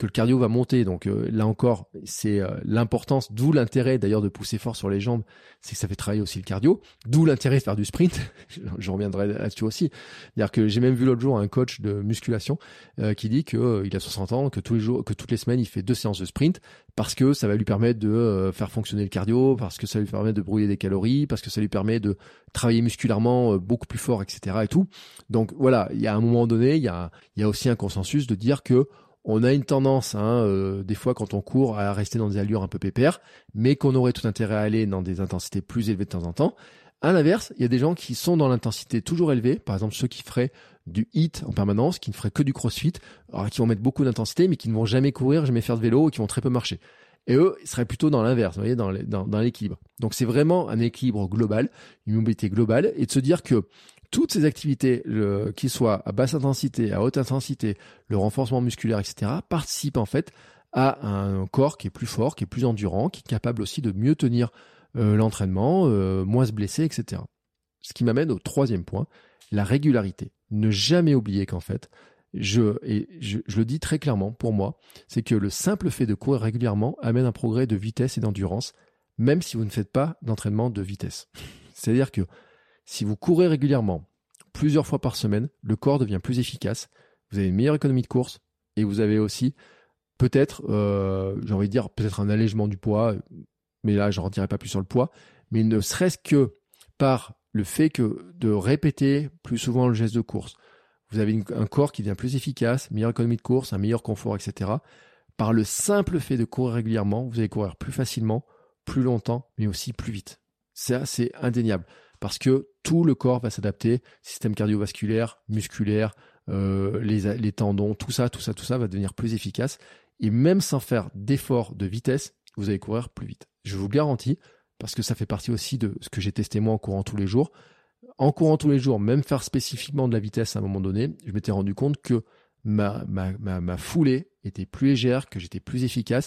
que le cardio va monter. Donc euh, là encore, c'est euh, l'importance, d'où l'intérêt d'ailleurs de pousser fort sur les jambes, c'est que ça fait travailler aussi le cardio. D'où l'intérêt de faire du sprint. Je reviendrai là-dessus aussi. C'est-à-dire que j'ai même vu l'autre jour un coach de musculation euh, qui dit que euh, il a soixante ans, que tous les jours, que toutes les semaines il fait deux séances de sprint parce que ça va lui permettre de euh, faire fonctionner le cardio, parce que ça lui permet de brûler des calories, parce que ça lui permet de travailler musculairement euh, beaucoup plus fort, et cetera et tout. Donc voilà, il y a un moment donné, il y a, il y a aussi un consensus de dire que on a une tendance, hein, euh, des fois quand on court, à rester dans des allures un peu pépères, mais qu'on aurait tout intérêt à aller dans des intensités plus élevées de temps en temps. À l'inverse, il y a des gens qui sont dans l'intensité toujours élevée, par exemple ceux qui feraient du hit en permanence, qui ne feraient que du crossfit, alors qui vont mettre beaucoup d'intensité, mais qui ne vont jamais courir, jamais faire de vélo, et qui vont très peu marcher. Et eux, ils seraient plutôt dans l'inverse, vous voyez, dans, les, dans, dans l'équilibre. Donc c'est vraiment un équilibre global, une mobilité globale, et de se dire que toutes ces activités, le, qu'ils soient à basse intensité, à haute intensité, le renforcement musculaire, et cetera, participent en fait à un corps qui est plus fort, qui est plus endurant, qui est capable aussi de mieux tenir euh, l'entraînement, euh, moins se blesser, et cetera. Ce qui m'amène au troisième point, la régularité. Ne jamais oublier qu'en fait, je, et je, je le dis très clairement pour moi, c'est que le simple fait de courir régulièrement amène un progrès de vitesse et d'endurance, même si vous ne faites pas d'entraînement de vitesse. C'est-à-dire que si vous courez régulièrement, plusieurs fois par semaine, le corps devient plus efficace, vous avez une meilleure économie de course et vous avez aussi peut-être, euh, j'ai envie de dire, peut-être un allègement du poids, mais là, je n'en dirai pas plus sur le poids, mais ne serait-ce que par le fait que de répéter plus souvent le geste de course, vous avez une, un corps qui devient plus efficace, meilleure économie de course, un meilleur confort, et cetera. Par le simple fait de courir régulièrement, vous allez courir plus facilement, plus longtemps, mais aussi plus vite. Ça, c'est indéniable. Parce que tout le corps va s'adapter, système cardiovasculaire, musculaire, euh, les, les tendons, tout ça, tout ça, tout ça va devenir plus efficace. Et même sans faire d'effort de vitesse, vous allez courir plus vite. Je vous garantis, parce que ça fait partie aussi de ce que j'ai testé moi en courant tous les jours. En courant tous les jours, même faire spécifiquement de la vitesse à un moment donné, je m'étais rendu compte que ma, ma, ma, ma foulée était plus légère, que j'étais plus efficace,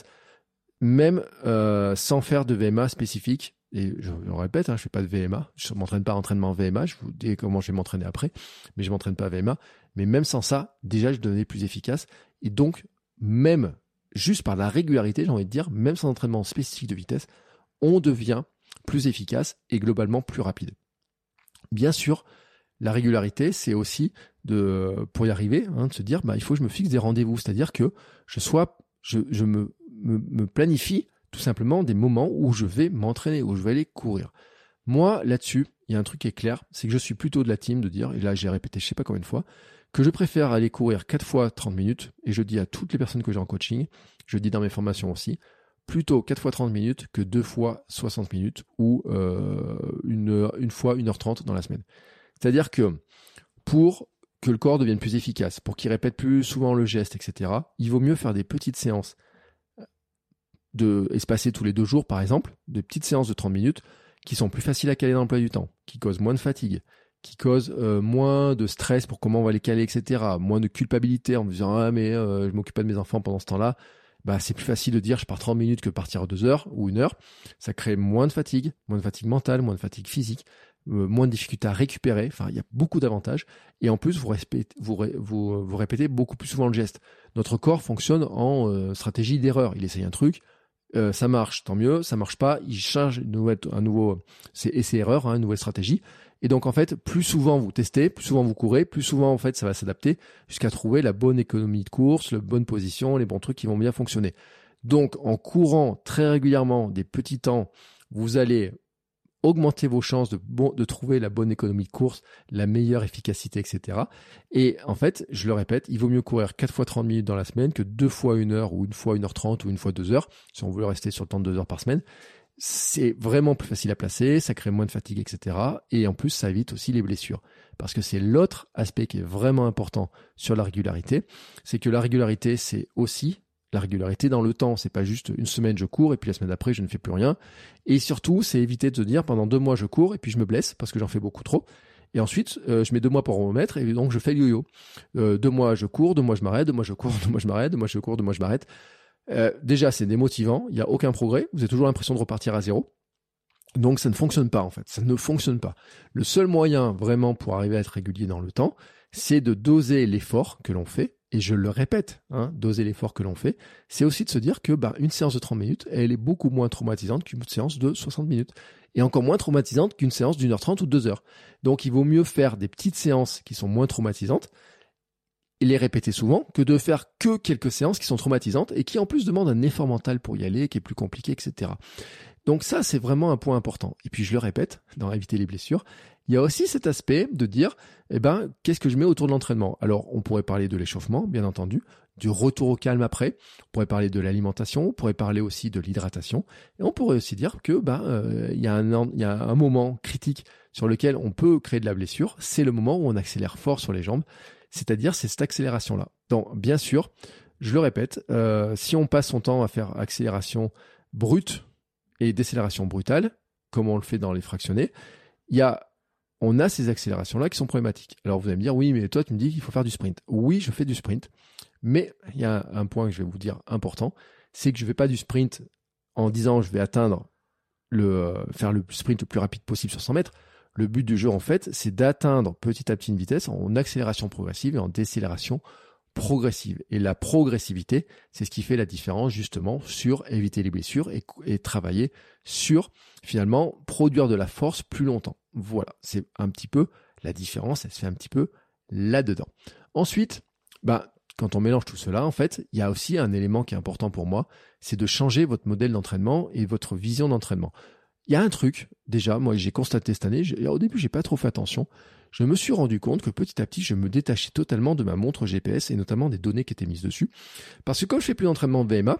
même euh, sans faire de V M A spécifique. Et je le répète, hein, je fais pas de V M A, je m'entraîne pas à entraînement V M A, je vous dis comment je vais m'entraîner après, mais je m'entraîne pas à V M A. Mais même sans ça, déjà je devenais plus efficace. Et donc, même juste par la régularité, j'ai envie de dire, même sans entraînement spécifique de vitesse, on devient plus efficace et globalement plus rapide. Bien sûr, la régularité, c'est aussi de, pour y arriver, hein, de se dire, bah, il faut que je me fixe des rendez-vous, c'est-à-dire que je sois, je, je me, me, me planifie tout simplement des moments où je vais m'entraîner, où je vais aller courir. Moi, là-dessus, il y a un truc qui est clair, c'est que je suis plutôt de la team de dire, et là j'ai répété je sais pas combien de fois, que je préfère aller courir quatre fois trente minutes, et je dis à toutes les personnes que j'ai en coaching, je dis dans mes formations aussi, plutôt quatre fois trente minutes que deux fois soixante minutes, ou euh, une, une fois une heure trente dans la semaine. C'est-à-dire que pour que le corps devienne plus efficace, pour qu'il répète plus souvent le geste, et cetera, il vaut mieux faire des petites séances de espacer tous les deux jours, par exemple, des petites séances de trente minutes qui sont plus faciles à caler dans l'emploi du temps, qui causent moins de fatigue, qui causent euh, moins de stress pour comment on va les caler, et cetera, moins de culpabilité en me disant « Ah, mais euh, je m'occupe pas de mes enfants pendant ce temps-là », bah, c'est plus facile de dire « Je pars trente minutes que partir deux heures ou une heure ». Ça crée moins de fatigue, moins de fatigue mentale, moins de fatigue physique, euh, moins de difficultés à récupérer. Enfin, il y a beaucoup d'avantages. Et en plus, vous répétez, vous, vous, vous répétez beaucoup plus souvent le geste. Notre corps fonctionne en euh, stratégie d'erreur. Il essaye un truc, Euh, ça marche, tant mieux, ça marche pas, il change une nouvelle, un nouveau, c'est essai-erreur, hein, une nouvelle stratégie. Et donc, en fait, plus souvent vous testez, plus souvent vous courez, plus souvent, en fait, ça va s'adapter jusqu'à trouver la bonne économie de course, la bonne position, les bons trucs qui vont bien fonctionner. Donc, en courant très régulièrement des petits temps, vous allez augmenter vos chances de, bon, de trouver la bonne économie de course, la meilleure efficacité, et cetera. Et en fait, je le répète, il vaut mieux courir quatre fois trente minutes dans la semaine que deux fois une heure ou une fois une heure trente ou une fois deux heures, si on veut rester sur le temps de deux heures par semaine. C'est vraiment plus facile à placer, ça crée moins de fatigue, et cetera. Et en plus, ça évite aussi les blessures. Parce que c'est l'autre aspect qui est vraiment important sur la régularité, c'est que la régularité, c'est aussi la régularité dans le temps. C'est pas juste une semaine je cours et puis la semaine d'après je ne fais plus rien. Et surtout, c'est éviter de se dire pendant deux mois je cours et puis je me blesse parce que j'en fais beaucoup trop. Et ensuite, euh, je mets deux mois pour remettre et donc je fais le yo-yo. Euh, deux mois je cours, deux mois je m'arrête, deux mois je cours, deux mois je m'arrête, deux mois je cours, deux mois je m'arrête. Euh, déjà, c'est démotivant. Il n'y a aucun progrès. Vous avez toujours l'impression de repartir à zéro. Donc ça ne fonctionne pas en fait. Ça ne fonctionne pas. Le seul moyen vraiment pour arriver à être régulier dans le temps, c'est de doser l'effort que l'on fait et je le répète, hein, doser l'effort que l'on fait, c'est aussi de se dire que bah, une séance de trente minutes, elle est beaucoup moins traumatisante qu'une séance de soixante minutes. Et encore moins traumatisante qu'une séance d'une heure trente ou de deux heures. Donc il vaut mieux faire des petites séances qui sont moins traumatisantes et les répéter souvent que de faire que quelques séances qui sont traumatisantes et qui en plus demandent un effort mental pour y aller, qui est plus compliqué, et cetera. Donc ça, c'est vraiment un point important. Et puis je le répète, dans éviter les blessures, il y a aussi cet aspect de dire, eh ben, qu'est-ce que je mets autour de l'entraînement ? Alors, on pourrait parler de l'échauffement, bien entendu, du retour au calme après, on pourrait parler de l'alimentation, on pourrait parler aussi de l'hydratation, et on pourrait aussi dire que ben, euh, il y a un, il y a un moment critique sur lequel on peut créer de la blessure, c'est le moment où on accélère fort sur les jambes, c'est-à-dire c'est cette accélération-là. Donc, bien sûr, je le répète, euh, si on passe son temps à faire accélération brute et décélération brutale, comme on le fait dans les fractionnés, il y a on a ces accélérations-là qui sont problématiques. Alors vous allez me dire, oui, mais toi tu me dis qu'il faut faire du sprint. Oui, je fais du sprint, mais il y a un point que je vais vous dire important, c'est que je ne fais pas du sprint en disant je vais atteindre le euh, faire le sprint le plus rapide possible sur cent mètres. Le but du jeu, en fait, c'est d'atteindre petit à petit une vitesse en accélération progressive et en décélération progressive. Et la progressivité, c'est ce qui fait la différence justement sur éviter les blessures et, et travailler sur finalement produire de la force plus longtemps. Voilà, c'est un petit peu la différence, elle se fait un petit peu là-dedans. Ensuite, bah, quand on mélange tout cela, en fait, il y a aussi un élément qui est important pour moi, c'est de changer votre modèle d'entraînement et votre vision d'entraînement. Il y a un truc, déjà, moi j'ai constaté cette année, j'ai, au début j'ai pas trop fait attention, je me suis rendu compte que petit à petit je me détachais totalement de ma montre G P S et notamment des données qui étaient mises dessus. Parce que comme je fais plus d'entraînement V M A,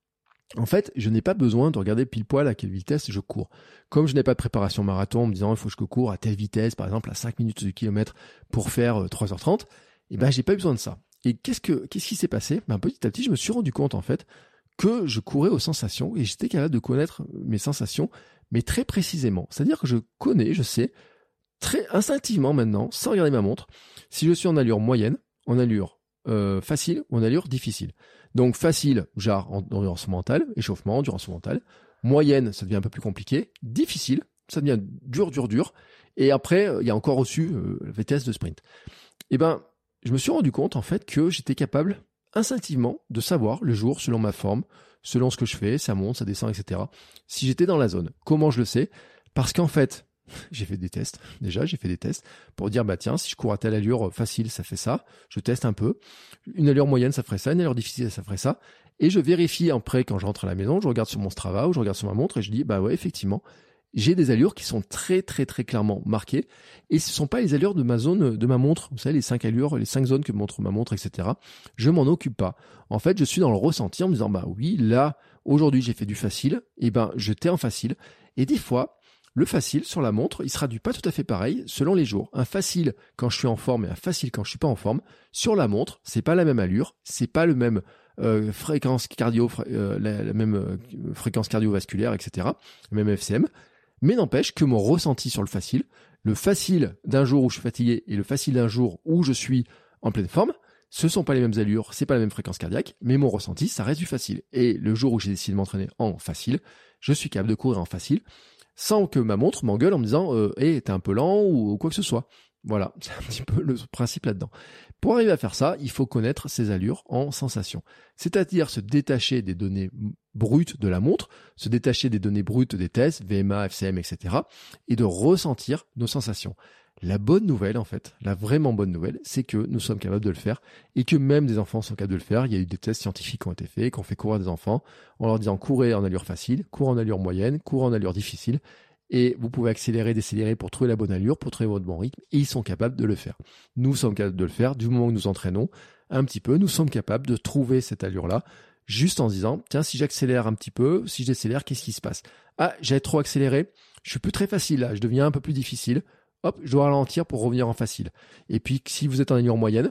en fait, je n'ai pas besoin de regarder pile poil à quelle vitesse je cours. Comme je n'ai pas de préparation marathon en me disant il faut que je cours à telle vitesse, par exemple à cinq minutes du kilomètre pour faire trois heures trente, et ben j'ai pas besoin de ça. Et qu'est-ce que qu'est-ce qui s'est passé ? Ben petit à petit, je me suis rendu compte en fait que je courais aux sensations et j'étais capable de connaître mes sensations, mais très précisément. C'est-à-dire que je connais, je sais, très instinctivement maintenant, sans regarder ma montre, si je suis en allure moyenne, en allure euh, facile ou en allure difficile. Donc facile, genre endurance mentale, échauffement, endurance mentale. Moyenne, ça devient un peu plus compliqué. Difficile, ça devient dur, dur, dur. Et après, il y a encore reçu euh, la vitesse de sprint. Et ben, je me suis rendu compte en fait que j'étais capable instinctivement de savoir le jour selon ma forme, selon ce que je fais, ça monte, ça descend, et cetera. Si j'étais dans la zone. Comment je le sais ? Parce qu'en fait, j'ai fait des tests, déjà, j'ai fait des tests pour dire, bah tiens, si je cours à telle allure facile, ça fait ça, je teste un peu. Une allure moyenne, ça ferait ça, une allure difficile, ça ferait ça. Et je vérifie après, quand je rentre à la maison, je regarde sur mon Strava ou je regarde sur ma montre et je dis, bah ouais, effectivement, j'ai des allures qui sont très, très, très clairement marquées. Et ce ne sont pas les allures de ma zone, de ma montre. Vous savez, les cinq allures, les cinq zones que montre ma montre, et cetera. Je m'en occupe pas. En fait, je suis dans le ressenti en me disant, bah oui, là, aujourd'hui, j'ai fait du facile. Et ben, j'étais en facile. Et des fois, le facile sur la montre, il se traduit pas tout à fait pareil selon les jours. Un facile quand je suis en forme et un facile quand je suis pas en forme. Sur la montre, c'est pas la même allure, c'est pas le même euh, fréquence cardio, euh, la, la même euh, fréquence cardiovasculaire, et cetera. Le même F C M. Mais n'empêche que mon ressenti sur le facile, le facile d'un jour où je suis fatigué et le facile d'un jour où je suis en pleine forme, ce sont pas les mêmes allures, c'est pas la même fréquence cardiaque, mais mon ressenti, ça reste du facile. Et le jour où j'ai décidé de m'entraîner en facile, je suis capable de courir en facile sans que ma montre m'engueule en me disant euh, « Hey, t'es un peu lent » ou quoi que ce soit. Voilà, c'est un petit peu le principe là-dedans. Pour arriver à faire ça, il faut connaître ses allures en sensation. C'est-à-dire se détacher des données brutes de la montre, se détacher des données brutes des tests, V M A, F C M, et cetera, et de ressentir nos sensations. La bonne nouvelle, en fait, la vraiment bonne nouvelle, c'est que nous sommes capables de le faire et que même des enfants sont capables de le faire. Il y a eu des tests scientifiques qui ont été faits, qu'on fait courir des enfants en leur disant courez en allure facile, courez en allure moyenne, courez en allure difficile. Et vous pouvez accélérer, décélérer pour trouver la bonne allure, pour trouver votre bon rythme. Et ils sont capables de le faire. Nous sommes capables de le faire du moment que nous entraînons un petit peu. Nous sommes capables de trouver cette allure-là juste en se disant, tiens, si j'accélère un petit peu, si je décélère, qu'est-ce qui se passe ? Ah, j'ai trop accéléré. Je suis plus très facile là. Je deviens un peu plus difficile. Hop, je dois ralentir pour revenir en facile. Et puis, si vous êtes en allure moyenne,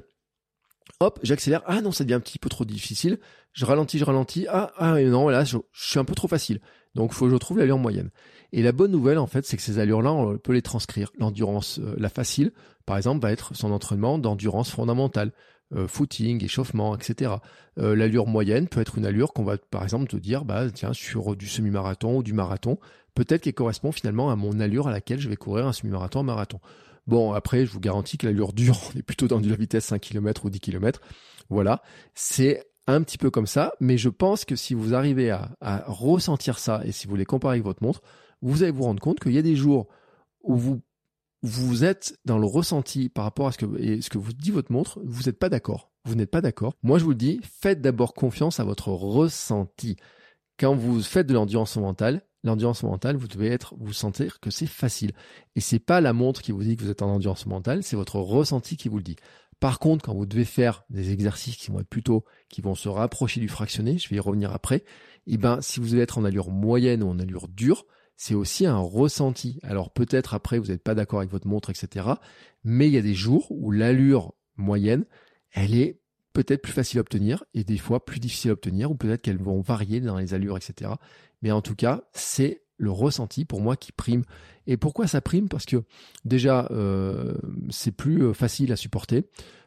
hop, j'accélère. Ah non, ça devient un petit peu trop difficile. Je ralentis, je ralentis. Ah, ah non, là, je, je suis un peu trop facile. Donc, il faut que je trouve l'allure moyenne. Et la bonne nouvelle, en fait, c'est que ces allures-là, on peut les transcrire. L'endurance, euh, la facile, par exemple, va être son entraînement d'endurance fondamentale, euh, footing, échauffement, et cetera. Euh, l'allure moyenne peut être une allure qu'on va, par exemple, te dire, bah tiens, sur du semi-marathon ou du marathon, peut-être qu'elle correspond finalement à mon allure à laquelle je vais courir un semi-marathon, un marathon. Bon, après, je vous garantis que l'allure dure, on est plutôt dans de la vitesse cinq kilomètres ou dix kilomètres. Voilà, c'est un petit peu comme ça, mais je pense que si vous arrivez à, à ressentir ça et si vous les comparez avec votre montre, vous allez vous rendre compte qu'il y a des jours où vous, vous êtes dans le ressenti par rapport à ce que, et ce que vous dit votre montre, vous n'êtes pas d'accord. Vous n'êtes pas d'accord. Moi, je vous le dis, faites d'abord confiance à votre ressenti. Quand vous faites de l'endurance mentale, l'endurance mentale, vous devez être, vous sentir que c'est facile. Et c'est pas la montre qui vous dit que vous êtes en endurance mentale, c'est votre ressenti qui vous le dit. Par contre, quand vous devez faire des exercices qui vont être plutôt, qui vont se rapprocher du fractionné, je vais y revenir après, et ben, si vous devez être en allure moyenne ou en allure dure, c'est aussi un ressenti. Alors peut-être après, vous n'êtes pas d'accord avec votre montre, et cetera. Mais il y a des jours où l'allure moyenne, elle est peut-être plus facile à obtenir et des fois plus difficile à obtenir, ou peut-être qu'elles vont varier dans les allures, et cetera. Mais en tout cas, c'est le ressenti pour moi qui prime. Et pourquoi ça prime ? Parce que déjà, euh, c'est plus facile à supporter.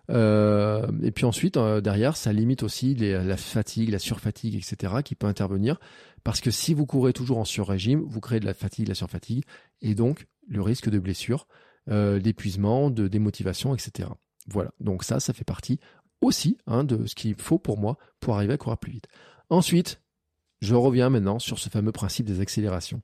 Euh, et puis ensuite, euh, derrière, ça limite aussi les, la fatigue, la surfatigue, et cetera qui peut intervenir. Parce que si vous courez toujours en sur-régime, vous créez de la fatigue, de la surfatigue, et donc le risque de blessure, euh, d'épuisement, de démotivation, et cetera. Voilà, donc ça, ça fait partie aussi hein, de ce qu'il faut pour moi pour arriver à courir plus vite. Ensuite, je reviens maintenant sur ce fameux principe des accélérations.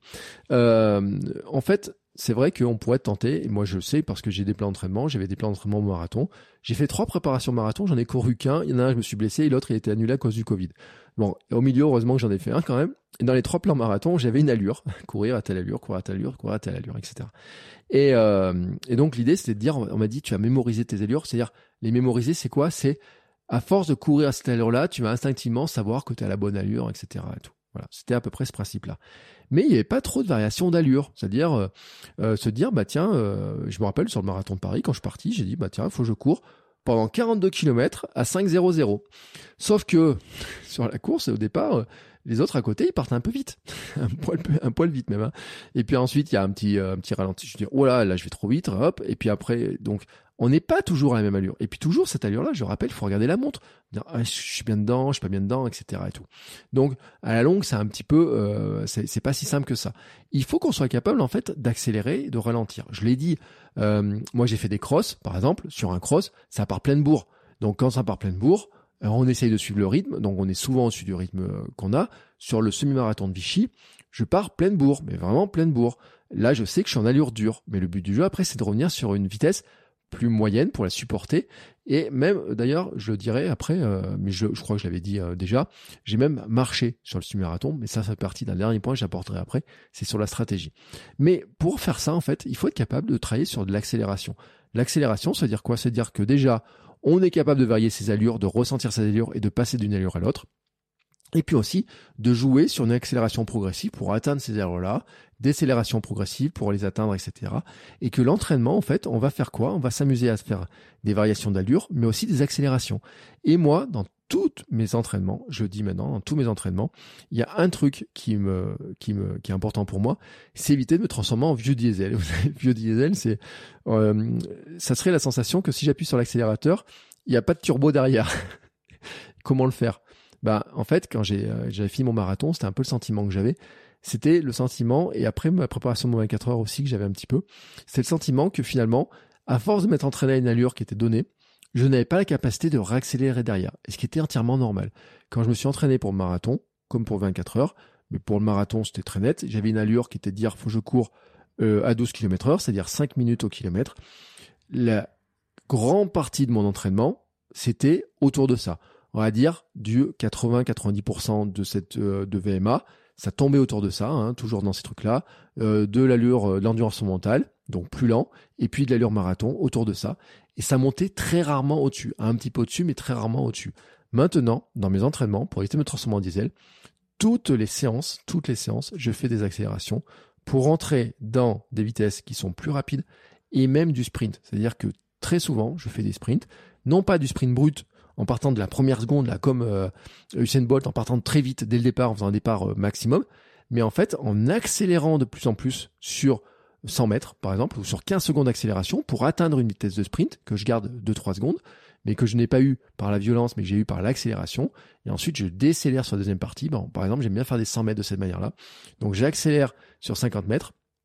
Euh, en fait, c'est vrai qu'on pourrait être tenté, et moi je le sais parce que j'ai des plans d'entraînement, j'avais des plans d'entraînement au marathon. J'ai fait trois préparations marathon, j'en ai couru qu'un, il y en a un, je me suis blessé, et l'autre, il a été annulé à cause du Covid. Bon, au milieu, heureusement que j'en ai fait un quand même. Et dans les trois plans marathon, j'avais une allure, courir à telle allure, courir à telle allure, courir à telle allure, et cetera. Et, euh, et donc l'idée, c'était de dire, on m'a dit, tu as mémorisé tes allures, c'est-à-dire, les mémoriser, c'est quoi ? C'est, à force de courir à cette allure-là, tu vas instinctivement savoir que tu as la bonne allure, et cetera. Et tout. Voilà, c'était à peu près ce principe-là. Mais il n'y avait pas trop de variation d'allure, c'est-à-dire euh, euh, se dire, bah tiens, euh, je me rappelle sur le marathon de Paris, quand je suis parti, j'ai dit, bah tiens, il faut que je cours pendant quarante-deux kilomètres à cinq zéro zéro. Sauf que sur la course, au départ, euh, les autres à côté, ils partent un peu vite, un poil, un poil vite même. Hein. Et puis ensuite, il y a un petit, euh, un petit ralenti. Je dis, oh là, là, je vais trop vite, hop. Et puis après, donc, on n'est pas toujours à la même allure. Et puis toujours cette allure-là, je rappelle, il faut regarder la montre, dire, ah, je suis bien dedans, je suis pas bien dedans, et cetera. Et tout. Donc, à la longue, c'est un petit peu, euh, c'est, c'est pas si simple que ça. Il faut qu'on soit capable en fait d'accélérer, de ralentir. Je l'ai dit. Euh, moi, j'ai fait des crosses, par exemple. Sur un cross, ça part pleine bourre. Donc, quand ça part pleine bourre, on essaye de suivre le rythme, donc on est souvent au-dessus du rythme qu'on a. Sur le semi-marathon de Vichy, je pars pleine bourre, mais vraiment pleine bourre. Là, je sais que je suis en allure dure, mais le but du jeu, après, c'est de revenir sur une vitesse plus moyenne pour la supporter. Et même, d'ailleurs, je le dirais après, euh, mais je, je crois que je l'avais dit euh, déjà, j'ai même marché sur le semi-marathon, mais ça, ça fait partie d'un dernier point que j'apporterai après, c'est sur la stratégie. Mais pour faire ça, en fait, il faut être capable de travailler sur de l'accélération. L'accélération, ça veut dire quoi ? Ça veut dire que déjà, on est capable de varier ses allures, de ressentir ses allures et de passer d'une allure à l'autre. Et puis aussi, de jouer sur une accélération progressive pour atteindre ces allures-là, décélération progressive pour les atteindre, et cetera. Et que l'entraînement, en fait, on va faire quoi ? On va s'amuser à faire des variations d'allure, mais aussi des accélérations. Et moi, dans tous mes entraînements, je dis maintenant, dans tous mes entraînements, il y a un truc qui me, qui me, qui est important pour moi, c'est éviter de me transformer en vieux diesel. Vous savez, vieux diesel, c'est, euh, ça serait la sensation que si j'appuie sur l'accélérateur, il n'y a pas de turbo derrière. Comment le faire ? Bah, en fait, quand j'ai, euh, j'avais fini mon marathon, c'était un peu le sentiment que j'avais. C'était le sentiment, et après ma préparation de mon vingt-quatre heures aussi que j'avais un petit peu, c'était le sentiment que finalement, à force de m'être entraîné à une allure qui était donnée, je n'avais pas la capacité de réaccélérer derrière, et ce qui était entièrement normal. Quand je me suis entraîné pour le marathon, comme pour vingt-quatre heures, mais pour le marathon c'était très net, j'avais une allure qui était de dire faut que je cours euh, à douze kilomètres heure, c'est-à-dire cinq minutes au kilomètre. La grande partie de mon entraînement, c'était autour de ça. On va dire du quatre-vingts à quatre-vingt-dix pour cent de cette euh, de V M A, ça tombait autour de ça, hein, toujours dans ces trucs-là, euh, de l'allure, euh, de l'endurance mentale, donc plus lent, et puis de l'allure marathon autour de ça, et ça montait très rarement au-dessus, un petit peu au-dessus, mais très rarement au-dessus. Maintenant, dans mes entraînements, pour éviter de me transformer en diesel, toutes les séances, toutes les séances, je fais des accélérations pour rentrer dans des vitesses qui sont plus rapides et même du sprint. C'est-à-dire que très souvent, je fais des sprints, non pas du sprint brut, en partant de la première seconde, là, comme euh, Usain Bolt, en partant très vite dès le départ, en faisant un départ euh, maximum, mais en fait, en accélérant de plus en plus sur cent mètres, par exemple, ou sur quinze secondes d'accélération, pour atteindre une vitesse de sprint, que je garde deux à trois secondes, mais que je n'ai pas eu par la violence, mais que j'ai eu par l'accélération, et ensuite je décélère sur la deuxième partie. Bon, par exemple, j'aime bien faire des cent mètres de cette manière-là, donc j'accélère sur cinquante mètres,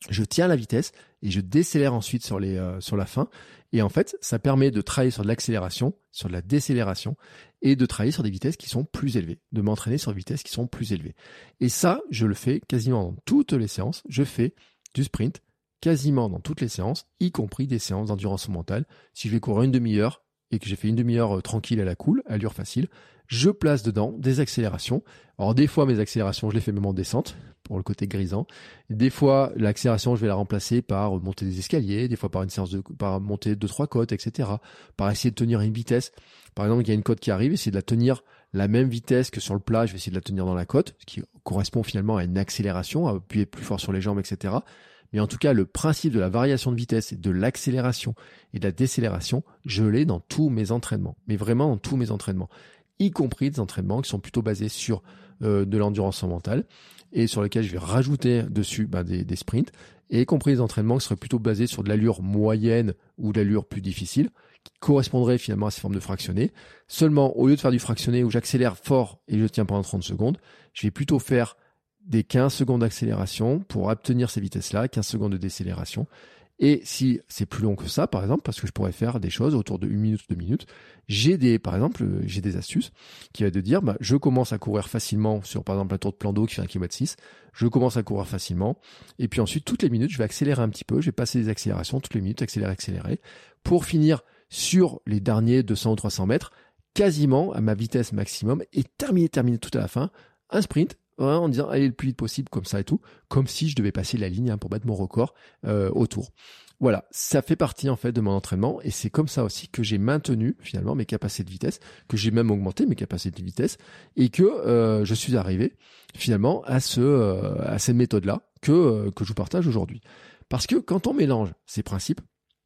je tiens la vitesse et je décélère ensuite sur, les, euh, sur la fin. Et en fait, ça permet de travailler sur de l'accélération, sur de la décélération et de travailler sur des vitesses qui sont plus élevées, de m'entraîner sur des vitesses qui sont plus élevées. Et ça, je le fais quasiment dans toutes les séances. Je fais du sprint quasiment dans toutes les séances, y compris des séances d'endurance mentale. Si je vais courir une demi-heure et que j'ai fait une demi-heure tranquille à la cool, à allure facile, je place dedans des accélérations. Alors des fois, mes accélérations, je les fais même en descente, pour le côté grisant. Des fois, l'accélération, je vais la remplacer par monter des escaliers, des fois par une séance de, par monter deux, trois côtes, et cetera. Par essayer de tenir une vitesse. Par exemple, il y a une côte qui arrive, essayer de la tenir la même vitesse que sur le plat, je vais essayer de la tenir dans la côte, ce qui correspond finalement à une accélération, à appuyer plus fort sur les jambes, et cetera. Mais en tout cas, le principe de la variation de vitesse et de l'accélération et de la décélération, je l'ai dans tous mes entraînements. Mais vraiment dans tous mes entraînements. Y compris des entraînements qui sont plutôt basés sur euh, de l'endurance mentale et sur lesquels je vais rajouter dessus bah, des, des sprints, et y compris des entraînements qui seraient plutôt basés sur de l'allure moyenne ou de l'allure plus difficile, qui correspondraient finalement à ces formes de fractionné. Seulement, au lieu de faire du fractionné où j'accélère fort et je tiens pendant trente secondes, je vais plutôt faire des quinze secondes d'accélération pour obtenir ces vitesses-là, quinze secondes de décélération. Et si c'est plus long que ça, par exemple, parce que je pourrais faire des choses autour de une minute, deux minutes, j'ai des, par exemple, j'ai des astuces qui va de dire, bah, je commence à courir facilement sur, par exemple, un tour de plan d'eau qui fait un kilomètre six. Je commence à courir facilement. Et puis ensuite, toutes les minutes, je vais accélérer un petit peu. Je vais passer des accélérations toutes les minutes, accélérer, accélérer, pour finir sur les derniers deux cents ou trois cents mètres, quasiment à ma vitesse maximum et terminer, terminer tout à la fin, un sprint, en disant aller le plus vite possible comme ça et tout, comme si je devais passer la ligne hein, pour battre mon record euh, au tour. Voilà, ça fait partie en fait de mon entraînement et c'est comme ça aussi que j'ai maintenu finalement mes capacités de vitesse, que j'ai même augmenté mes capacités de vitesse et que euh, je suis arrivé finalement à ce euh, à cette méthode-là que euh, que je vous partage aujourd'hui. Parce que quand on mélange ces principes,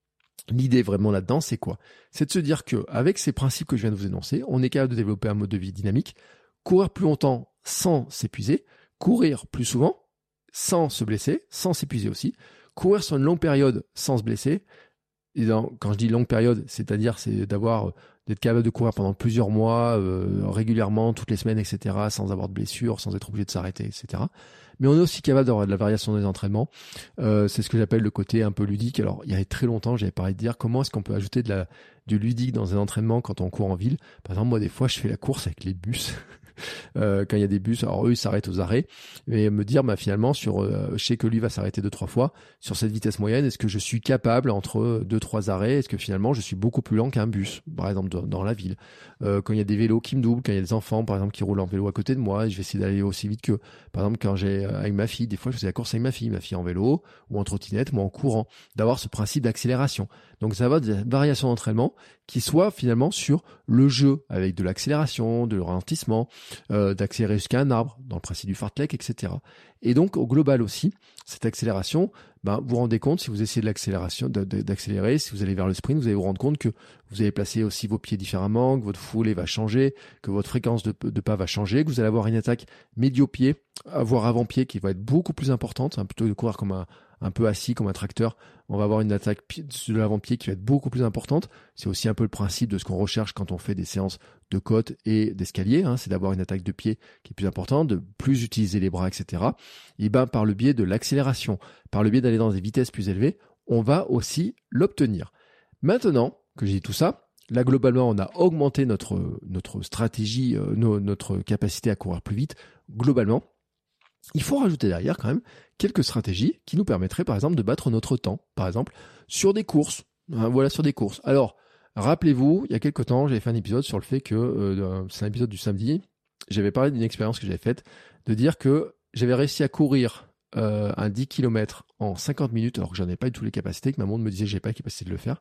l'idée vraiment là-dedans, c'est quoi ? C'est de se dire que avec ces principes que je viens de vous énoncer, on est capable de développer un mode de vie dynamique, courir plus longtemps sans s'épuiser, courir plus souvent sans se blesser, sans s'épuiser aussi, courir sur une longue période sans se blesser. Et dans, quand je dis longue période, c'est-à-dire c'est d'avoir d'être capable de courir pendant plusieurs mois, euh, régulièrement, toutes les semaines, et cetera, sans avoir de blessures, sans être obligé de s'arrêter, et cetera. Mais on est aussi capable d'avoir de la variation dans les entraînements. Euh, c'est ce que j'appelle le côté un peu ludique. Alors, il y a très longtemps, j'avais parlé de dire comment est-ce qu'on peut ajouter de la, du ludique dans un entraînement quand on court en ville. Par exemple, moi, des fois, je fais la course avec les bus. Euh, quand il y a des bus, alors eux ils s'arrêtent aux arrêts, et me dire bah finalement sur, euh, je sais que lui va s'arrêter deux trois fois sur cette vitesse moyenne, est-ce que je suis capable entre deux trois arrêts, est-ce que finalement je suis beaucoup plus lent qu'un bus, par exemple dans, dans la ville. Euh, quand il y a des vélos qui me doublent, quand il y a des enfants par exemple qui roulent en vélo à côté de moi, je vais essayer d'aller aussi vite que, par exemple quand j'ai avec ma fille, des fois je faisais la course avec ma fille, ma fille en vélo ou en trottinette, moi en courant, d'avoir ce principe d'accélération. Donc ça va des variations d'entraînement qui soient finalement sur le jeu avec de l'accélération, de le ralentissement, euh, d'accélérer jusqu'à un arbre, dans le principe du fartlek, et cetera. Et donc au global aussi, cette accélération, ben, vous vous rendez compte, si vous essayez de l'accélération, d'accélérer, si vous allez vers le sprint, vous allez vous rendre compte que vous allez placer aussi vos pieds différemment, que votre foulée va changer, que votre fréquence de, de pas va changer, que vous allez avoir une attaque médio-pied, voire avant-pied qui va être beaucoup plus importante, hein, plutôt que de courir comme un, un peu assis, comme un tracteur. On va avoir une attaque de l'avant-pied qui va être beaucoup plus importante. C'est aussi un peu le principe de ce qu'on recherche quand on fait des séances de côte et d'escalier, hein, c'est d'avoir une attaque de pied qui est plus importante, de plus utiliser les bras, et cetera. Et ben par le biais de l'accélération, par le biais d'aller dans des vitesses plus élevées, on va aussi l'obtenir. Maintenant que j'ai dit tout ça, là globalement on a augmenté notre notre stratégie, euh, no, notre capacité à courir plus vite. Globalement, il faut rajouter derrière quand même quelques stratégies qui nous permettraient par exemple de battre notre temps, par exemple sur des courses. Hein, voilà, sur des courses. Alors, rappelez-vous, il y a quelques temps, j'avais fait un épisode sur le fait que, euh, c'est un épisode du samedi, j'avais parlé d'une expérience que j'avais faite, de dire que j'avais réussi à courir euh, un dix kilomètres en cinquante minutes, alors que j'en ai pas eu toutes les capacités, que ma montre me disait que j'avais pas la capacité de le faire,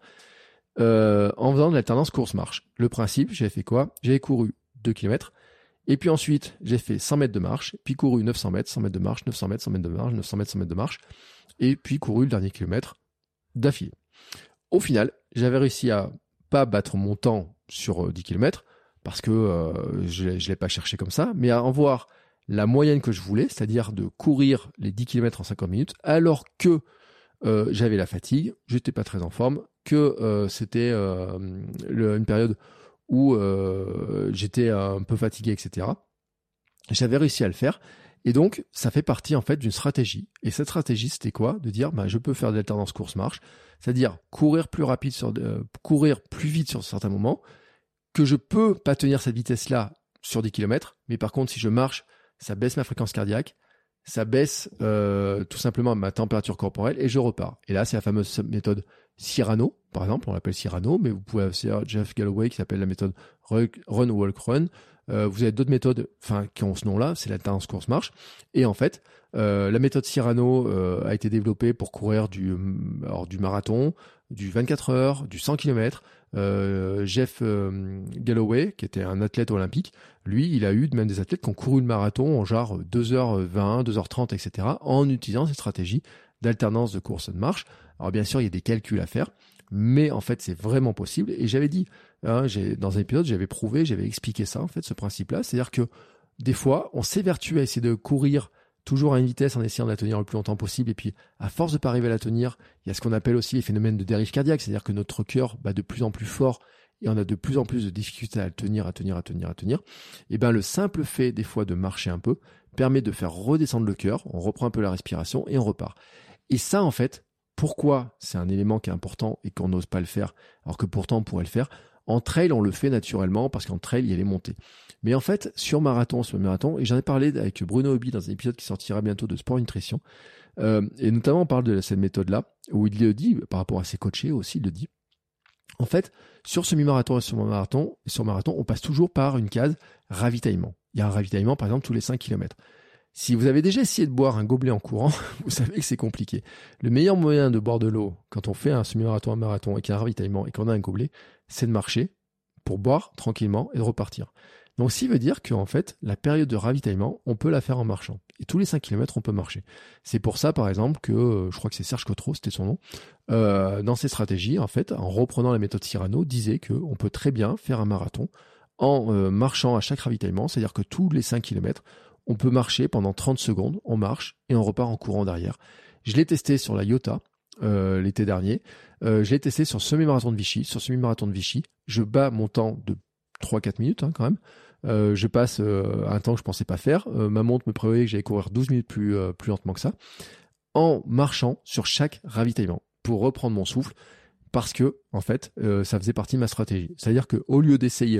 euh, en faisant de l'alternance course-marche. Le principe, j'avais fait quoi ? J'avais couru deux kilomètres, et puis ensuite, j'ai fait cent mètres de marche, puis couru neuf cents mètres, cent mètres de marche, neuf cents mètres, cent mètres de marche, neuf cents mètres, cent mètres de marche, et puis couru le dernier kilomètre d'affilée. Au final, j'avais réussi à pas battre mon temps sur dix kilomètres, parce que euh, je ne l'ai pas cherché comme ça, mais à en voir la moyenne que je voulais, c'est-à-dire de courir les dix kilomètres en cinquante minutes, alors que euh, j'avais la fatigue, j'étais pas très en forme, que euh, c'était euh, le, une période où euh, j'étais un peu fatigué, et cetera. J'avais réussi à le faire, Et donc, ça fait partie en fait d'une stratégie. Et cette stratégie, c'était quoi? De dire, bah, je peux faire de l'alternance course-marche, c'est-à-dire courir plus rapide sur, euh, courir plus vite sur certains moments, que je peux pas tenir cette vitesse-là sur dix kilomètres, mais par contre, si je marche, ça baisse ma fréquence cardiaque, ça baisse euh, tout simplement ma température corporelle et je repars. Et là, c'est la fameuse méthode Cyrano, par exemple, on l'appelle Cyrano, mais vous pouvez aussi avoir Jeff Galloway qui s'appelle la méthode Run, Walk, Run. Euh, vous avez d'autres méthodes enfin, qui ont ce nom-là, c'est l'alternance course-marche. Et en fait, euh, la méthode Cyrano euh, a été développée pour courir du, alors, du marathon, du vingt-quatre heures, du cent kilomètres. Euh, Jeff euh, Galloway, qui était un athlète olympique, lui, il a eu même des athlètes qui ont couru le marathon en genre deux heures vingt, deux heures trente, et cetera, en utilisant cette stratégie d'alternance de course et de marche. Alors bien sûr, il y a des calculs à faire, mais en fait, c'est vraiment possible. Et j'avais dit, hein, j'ai, dans un épisode, j'avais prouvé, j'avais expliqué ça, en fait, ce principe-là. C'est-à-dire que des fois, on s'évertue à essayer de courir toujours à une vitesse en essayant de la tenir le plus longtemps possible. Et puis, à force de ne pas arriver à la tenir, il y a ce qu'on appelle aussi les phénomènes de dérive cardiaque. C'est-à-dire que notre cœur bat de plus en plus fort et on a de plus en plus de difficultés à le tenir, à tenir, à tenir, à tenir. Et bien, le simple fait, des fois, de marcher un peu permet de faire redescendre le cœur. On reprend un peu la respiration et on repart. Et ça, en fait, pourquoi c'est un élément qui est important et qu'on n'ose pas le faire, alors que pourtant on pourrait le faire? En trail, on le fait naturellement parce qu'en trail, il y a les montées. Mais en fait, sur marathon, sur marathon, et j'en ai parlé avec Bruno Hobby dans un épisode qui sortira bientôt de Sport Nutrition, euh, et notamment on parle de cette méthode-là, où il le dit, par rapport à ses coachés aussi, il le dit. En fait, sur semi-marathon et sur marathon, sur marathon, on passe toujours par une case ravitaillement. Il y a un ravitaillement, par exemple, tous les cinq kilomètres. Si vous avez déjà essayé de boire un gobelet en courant, vous savez que c'est compliqué. Le meilleur moyen de boire de l'eau quand on fait un semi-marathon, un marathon et qu'il y a un ravitaillement et qu'on a un gobelet, c'est de marcher pour boire tranquillement et de repartir. Donc, ce qui veut dire qu'en fait, la période de ravitaillement, on peut la faire en marchant. Et tous les cinq kilomètres, on peut marcher. C'est pour ça, par exemple, que euh, je crois que c'est Serge Cotreau, c'était son nom, euh, dans ses stratégies, en fait, en reprenant la méthode Cyrano, disait qu'on peut très bien faire un marathon en euh, marchant à chaque ravitaillement, c'est-à-dire que tous les cinq kilomètres, on peut marcher pendant trente secondes, on marche et on repart en courant derrière. Je l'ai testé sur la Iota euh, l'été dernier. Euh, je l'ai testé sur semi-marathon de Vichy. Sur semi-marathon de Vichy, je bats mon temps de trois à quatre minutes hein, quand même. Euh, je passe euh, un temps que je pensais pas faire. Euh, ma montre me prévoyait que j'allais courir douze minutes plus, euh, plus lentement que ça. En marchant sur chaque ravitaillement pour reprendre mon souffle parce que, en fait, euh, ça faisait partie de ma stratégie. C'est-à-dire qu'au lieu d'essayer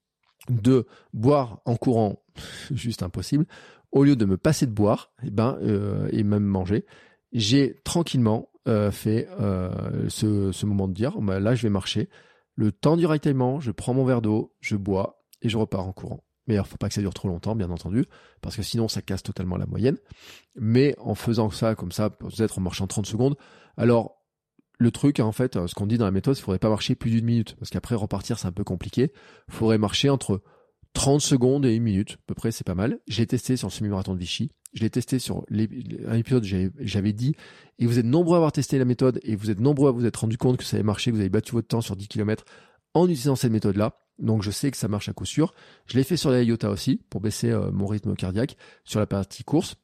de boire en courant, juste impossible, au lieu de me passer de boire et, ben, euh, et même manger, j'ai tranquillement euh, fait euh, ce, ce moment de dire, ben là je vais marcher, le temps du ravitaillement, je prends mon verre d'eau, je bois et je repars en courant. Mais il ne faut pas que ça dure trop longtemps, bien entendu, parce que sinon ça casse totalement la moyenne. Mais en faisant ça comme ça, peut-être en marchant trente secondes, alors le truc, en fait, ce qu'on dit dans la méthode, c'est qu'il ne faudrait pas marcher plus d'une minute, parce qu'après, repartir, c'est un peu compliqué. Il faudrait marcher entre trente secondes et une minute, à peu près, c'est pas mal. Je l'ai testé sur le semi-marathon de Vichy. Je l'ai testé sur les, un épisode, j'avais, j'avais dit, et vous êtes nombreux à avoir testé la méthode, et vous êtes nombreux à vous être rendu compte que ça avait marché, que vous avez battu votre temps sur dix kilomètres en utilisant cette méthode-là. Donc, je sais que ça marche à coup sûr. Je l'ai fait sur la Iota aussi, pour baisser euh, mon rythme cardiaque, sur la partie course.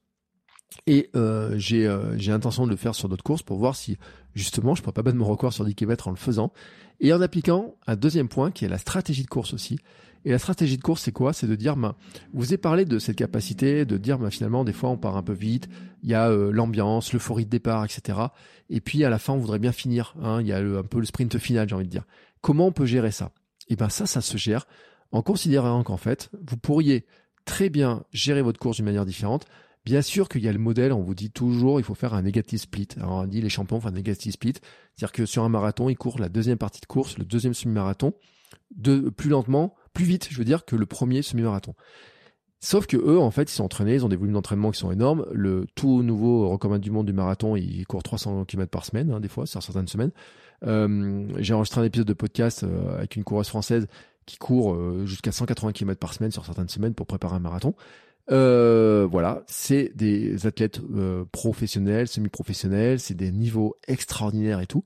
Et euh, j'ai euh, j'ai l'intention de le faire sur d'autres courses pour voir si justement je pourrais pas battre mon record sur dix kilomètres en le faisant et en appliquant un deuxième point qui est la stratégie de course aussi. Et la stratégie de course, c'est quoi? C'est de dire, ben, vous avez parlé de cette capacité de dire, ben, finalement des fois on part un peu vite, il y a euh, l'ambiance, l'euphorie de départ, et cetera. Et puis à la fin on voudrait bien finir, hein, il y a le, un peu le sprint final, j'ai envie de dire. Comment on peut gérer ça? Et ben ça, ça se gère en considérant qu'en fait vous pourriez très bien gérer votre course d'une manière différente. Bien sûr qu'il y a le modèle, on vous dit toujours il faut faire un negative split. Alors on dit les champions font un negative split, c'est-à-dire que sur un marathon, ils courent la deuxième partie de course, le deuxième semi-marathon, de plus lentement, plus vite, je veux dire, que le premier semi-marathon. Sauf que eux, en fait, ils sont entraînés, ils ont des volumes d'entraînement qui sont énormes. Le tout nouveau record du monde du marathon, ils courent trois cents kilomètres par semaine, hein, des fois, sur certaines semaines. Euh, j'ai enregistré un épisode de podcast euh, avec une coureuse française qui court euh, jusqu'à cent quatre-vingts kilomètres par semaine sur certaines semaines pour préparer un marathon. Euh, voilà, c'est des athlètes euh, professionnels, semi-professionnels, c'est des niveaux extraordinaires et tout,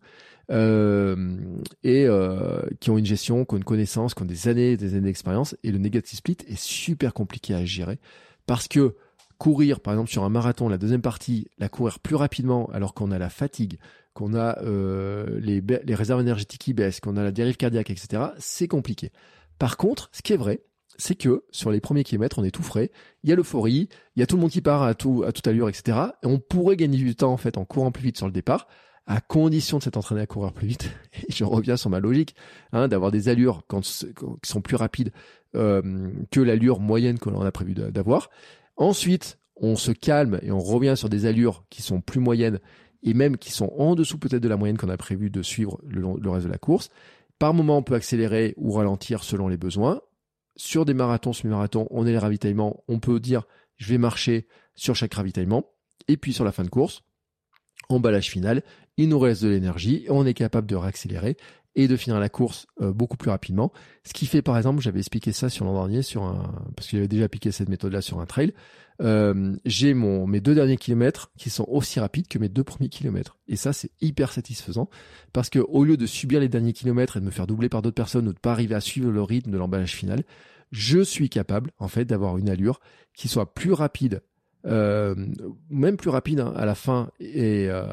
euh, et euh, qui ont une gestion, qui ont une connaissance, qui ont des années, des années d'expérience. Et le negative split est super compliqué à gérer parce que courir, par exemple, sur un marathon, la deuxième partie, la courir plus rapidement alors qu'on a la fatigue, qu'on a euh, les, les réserves énergétiques qui baissent, qu'on a la dérive cardiaque, et cetera, c'est compliqué. Par contre, ce qui est vrai, c'est que sur les premiers kilomètres, on est tout frais, il y a l'euphorie, il y a tout le monde qui part à, tout, à toute allure, et cetera. Et on pourrait gagner du temps en fait en courant plus vite sur le départ, à condition de s'être entraîné à courir plus vite. Et je reviens sur ma logique, hein, d'avoir des allures quand, quand, qui sont plus rapides euh, que l'allure moyenne que l'on a prévu d'avoir. Ensuite, on se calme et on revient sur des allures qui sont plus moyennes et même qui sont en dessous peut-être de la moyenne qu'on a prévu de suivre le, long, le reste de la course. Par moment, on peut accélérer ou ralentir selon les besoins. Sur des marathons, semi-marathons, on a les ravitaillements. On peut dire, je vais marcher sur chaque ravitaillement. Et puis sur la fin de course, emballage final, il nous reste de l'énergie et on est capable de réaccélérer et de finir la course euh, beaucoup plus rapidement. Ce qui fait, par exemple, j'avais expliqué ça sur l'an dernier, sur un, parce que j'avais déjà appliqué cette méthode-là sur un trail. Euh, j'ai mon, mes deux derniers kilomètres qui sont aussi rapides que mes deux premiers kilomètres. Et ça, c'est hyper satisfaisant parce que au lieu de subir les derniers kilomètres et de me faire doubler par d'autres personnes ou de pas arriver à suivre le rythme de l'emballage final, je suis capable, en fait, d'avoir une allure qui soit plus rapide, euh, même plus rapide hein, à la fin et, euh,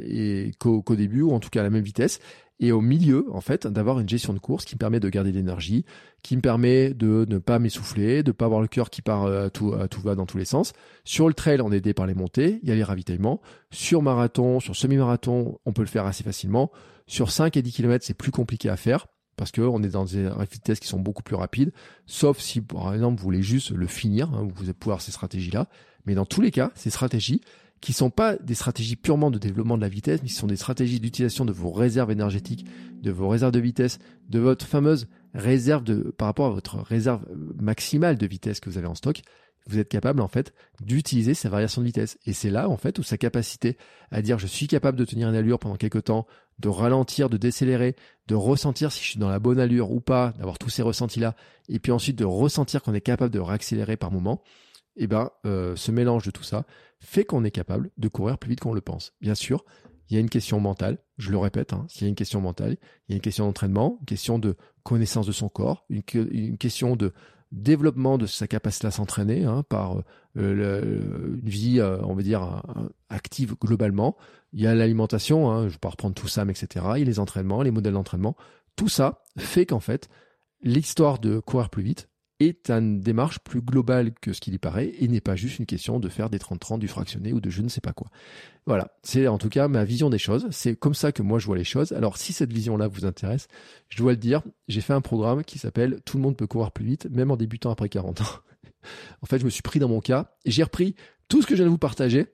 et qu'au, qu'au début, ou en tout cas à la même vitesse. Et au milieu, en fait, d'avoir une gestion de course qui me permet de garder l'énergie, qui me permet de ne pas m'essouffler, de ne pas avoir le cœur qui part à tout, à tout va dans tous les sens. Sur le trail, on est aidé par les montées, il y a les ravitaillements. Sur marathon, sur semi-marathon, on peut le faire assez facilement. Sur cinq et dix kilomètres, c'est plus compliqué à faire parce qu'on est dans des vitesses qui sont beaucoup plus rapides, sauf si, par exemple, vous voulez juste le finir, hein, vous allez pouvoir ces stratégies-là. Mais dans tous les cas, ces stratégies, qui sont pas des stratégies purement de développement de la vitesse, mais qui sont des stratégies d'utilisation de vos réserves énergétiques, de vos réserves de vitesse, de votre fameuse réserve de, par rapport à votre réserve maximale de vitesse que vous avez en stock. Vous êtes capable, en fait, d'utiliser ces variations de vitesse. Et c'est là, en fait, où sa capacité à dire je suis capable de tenir une allure pendant quelques temps, de ralentir, de décélérer, de ressentir si je suis dans la bonne allure ou pas, d'avoir tous ces ressentis-là, et puis ensuite de ressentir qu'on est capable de réaccélérer par moment. Et eh ben, euh, ce mélange de tout ça fait qu'on est capable de courir plus vite qu'on le pense. Bien sûr, il y a une question mentale, je le répète, hein, s'il y a une question mentale, il y a une question d'entraînement, une question de connaissance de son corps, une, une question de développement de sa capacité à s'entraîner hein, par euh, le, une vie, euh, on va dire, euh, active globalement. Il y a l'alimentation, hein, je ne vais pas reprendre tout ça, mais et cetera. Il y a les entraînements, les modèles d'entraînement. Tout ça fait qu'en fait, l'histoire de courir plus vite est une démarche plus globale que ce qu'il y paraît et n'est pas juste une question de faire des trente trente, du fractionné ou de je ne sais pas quoi. Voilà, c'est en tout cas ma vision des choses. C'est comme ça que moi je vois les choses. Alors si cette vision-là vous intéresse, je dois le dire, j'ai fait un programme qui s'appelle « Tout le monde peut courir plus vite, même en débutant après quarante ans ». En fait, je me suis pris dans mon cas et j'ai repris tout ce que je viens de vous partager,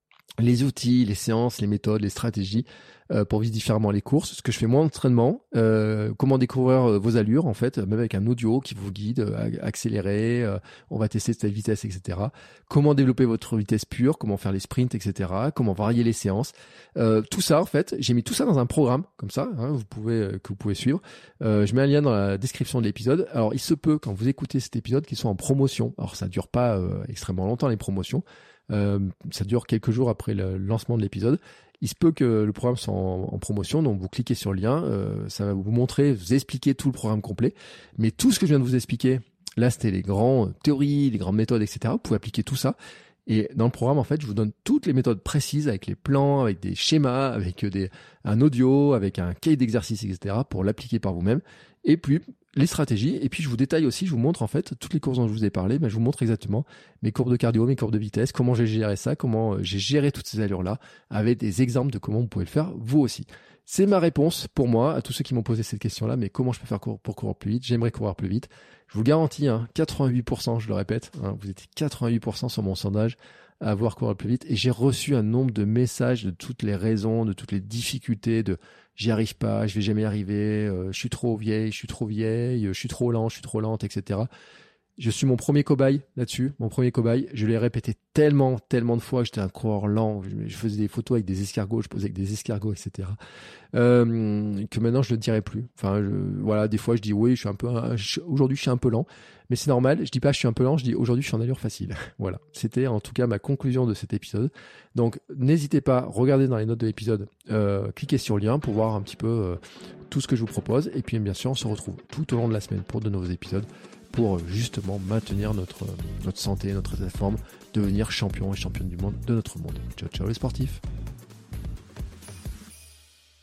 les outils, les séances, les méthodes, les stratégies euh, pour vivre différemment les courses, ce que je fais moi en entraînement, euh, comment découvrir euh, vos allures en fait, même avec un audio qui vous guide, euh, accélérer, euh, on va tester cette vitesse, et cetera. Comment développer votre vitesse pure, comment faire les sprints, et cetera. Comment varier les séances, euh, tout ça en fait, j'ai mis tout ça dans un programme comme ça, hein, vous pouvez euh, que vous pouvez suivre. Euh, je mets un lien dans la description de l'épisode. Alors il se peut quand vous écoutez cet épisode qu'il soit en promotion. Alors ça dure pas euh, extrêmement longtemps les promotions. Euh, ça dure quelques jours après le lancement de l'épisode. Il se peut que le programme soit en, en promotion, donc vous cliquez sur le lien, euh, ça va vous montrer, vous expliquer tout le programme complet. Mais tout ce que je viens de vous expliquer, là c'était les grandes théories, les grandes méthodes, et cetera. Vous pouvez appliquer tout ça. Et dans le programme, en fait, je vous donne toutes les méthodes précises avec les plans, avec des schémas, avec des, un audio, avec un cahier d'exercice, et cetera pour l'appliquer par vous-même. Et puis, les stratégies. Et puis, je vous détaille aussi, je vous montre en fait toutes les courses dont je vous ai parlé, mais je vous montre exactement mes courbes de cardio, mes courbes de vitesse, comment j'ai géré ça, comment j'ai géré toutes ces allures-là, avec des exemples de comment vous pouvez le faire vous aussi. C'est ma réponse pour moi à tous ceux qui m'ont posé cette question-là, mais comment je peux faire pour courir plus vite? J'aimerais courir plus vite. Je vous garantis, hein, quatre-vingt-huit pour cent, je le répète, hein, vous étiez quatre-vingt-huit pour cent sur mon sondage à avoir courir plus vite. Et j'ai reçu un nombre de messages de toutes les raisons, de toutes les difficultés, de j'y arrive pas, je vais jamais y arriver, euh, je suis trop vieille, je suis trop vieille, je suis trop lent, je suis trop lente, et cetera. Je suis mon premier cobaye là-dessus, mon premier cobaye. Je l'ai répété tellement, tellement de fois que j'étais un coureur lent. Je faisais des photos avec des escargots, je posais avec des escargots, et cetera. Euh, que maintenant je le dirai plus. Enfin, je, voilà, des fois je dis oui, je suis un peu, je, aujourd'hui je suis un peu lent, mais c'est normal. Je dis pas je suis un peu lent, je dis aujourd'hui je suis en allure facile. Voilà, c'était en tout cas ma conclusion de cet épisode. Donc n'hésitez pas, regardez dans les notes de l'épisode, euh, cliquez sur le lien pour voir un petit peu euh, tout ce que je vous propose. Et puis bien sûr, on se retrouve tout au long de la semaine pour de nouveaux épisodes, pour justement maintenir notre, notre santé, notre état de forme, devenir champion et championne du monde de notre monde. Ciao, ciao les sportifs.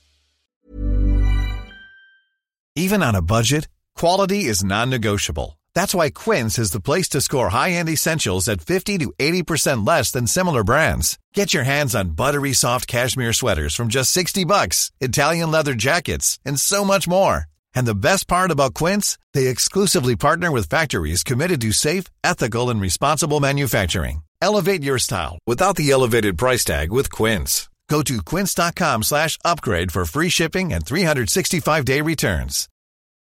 Even on a budget, quality is non-negotiable. That's why Quince is the place to score high-end essentials at fifty to eighty percent less than similar brands. Get your hands on buttery soft cashmere sweaters from just sixty bucks, Italian leather jackets, and so much more. And the best part about Quince, they exclusively partner with factories committed to safe, ethical, and responsible manufacturing. Elevate your style without the elevated price tag with Quince. Go to quince.com slash upgrade for free shipping and three sixty-five day returns.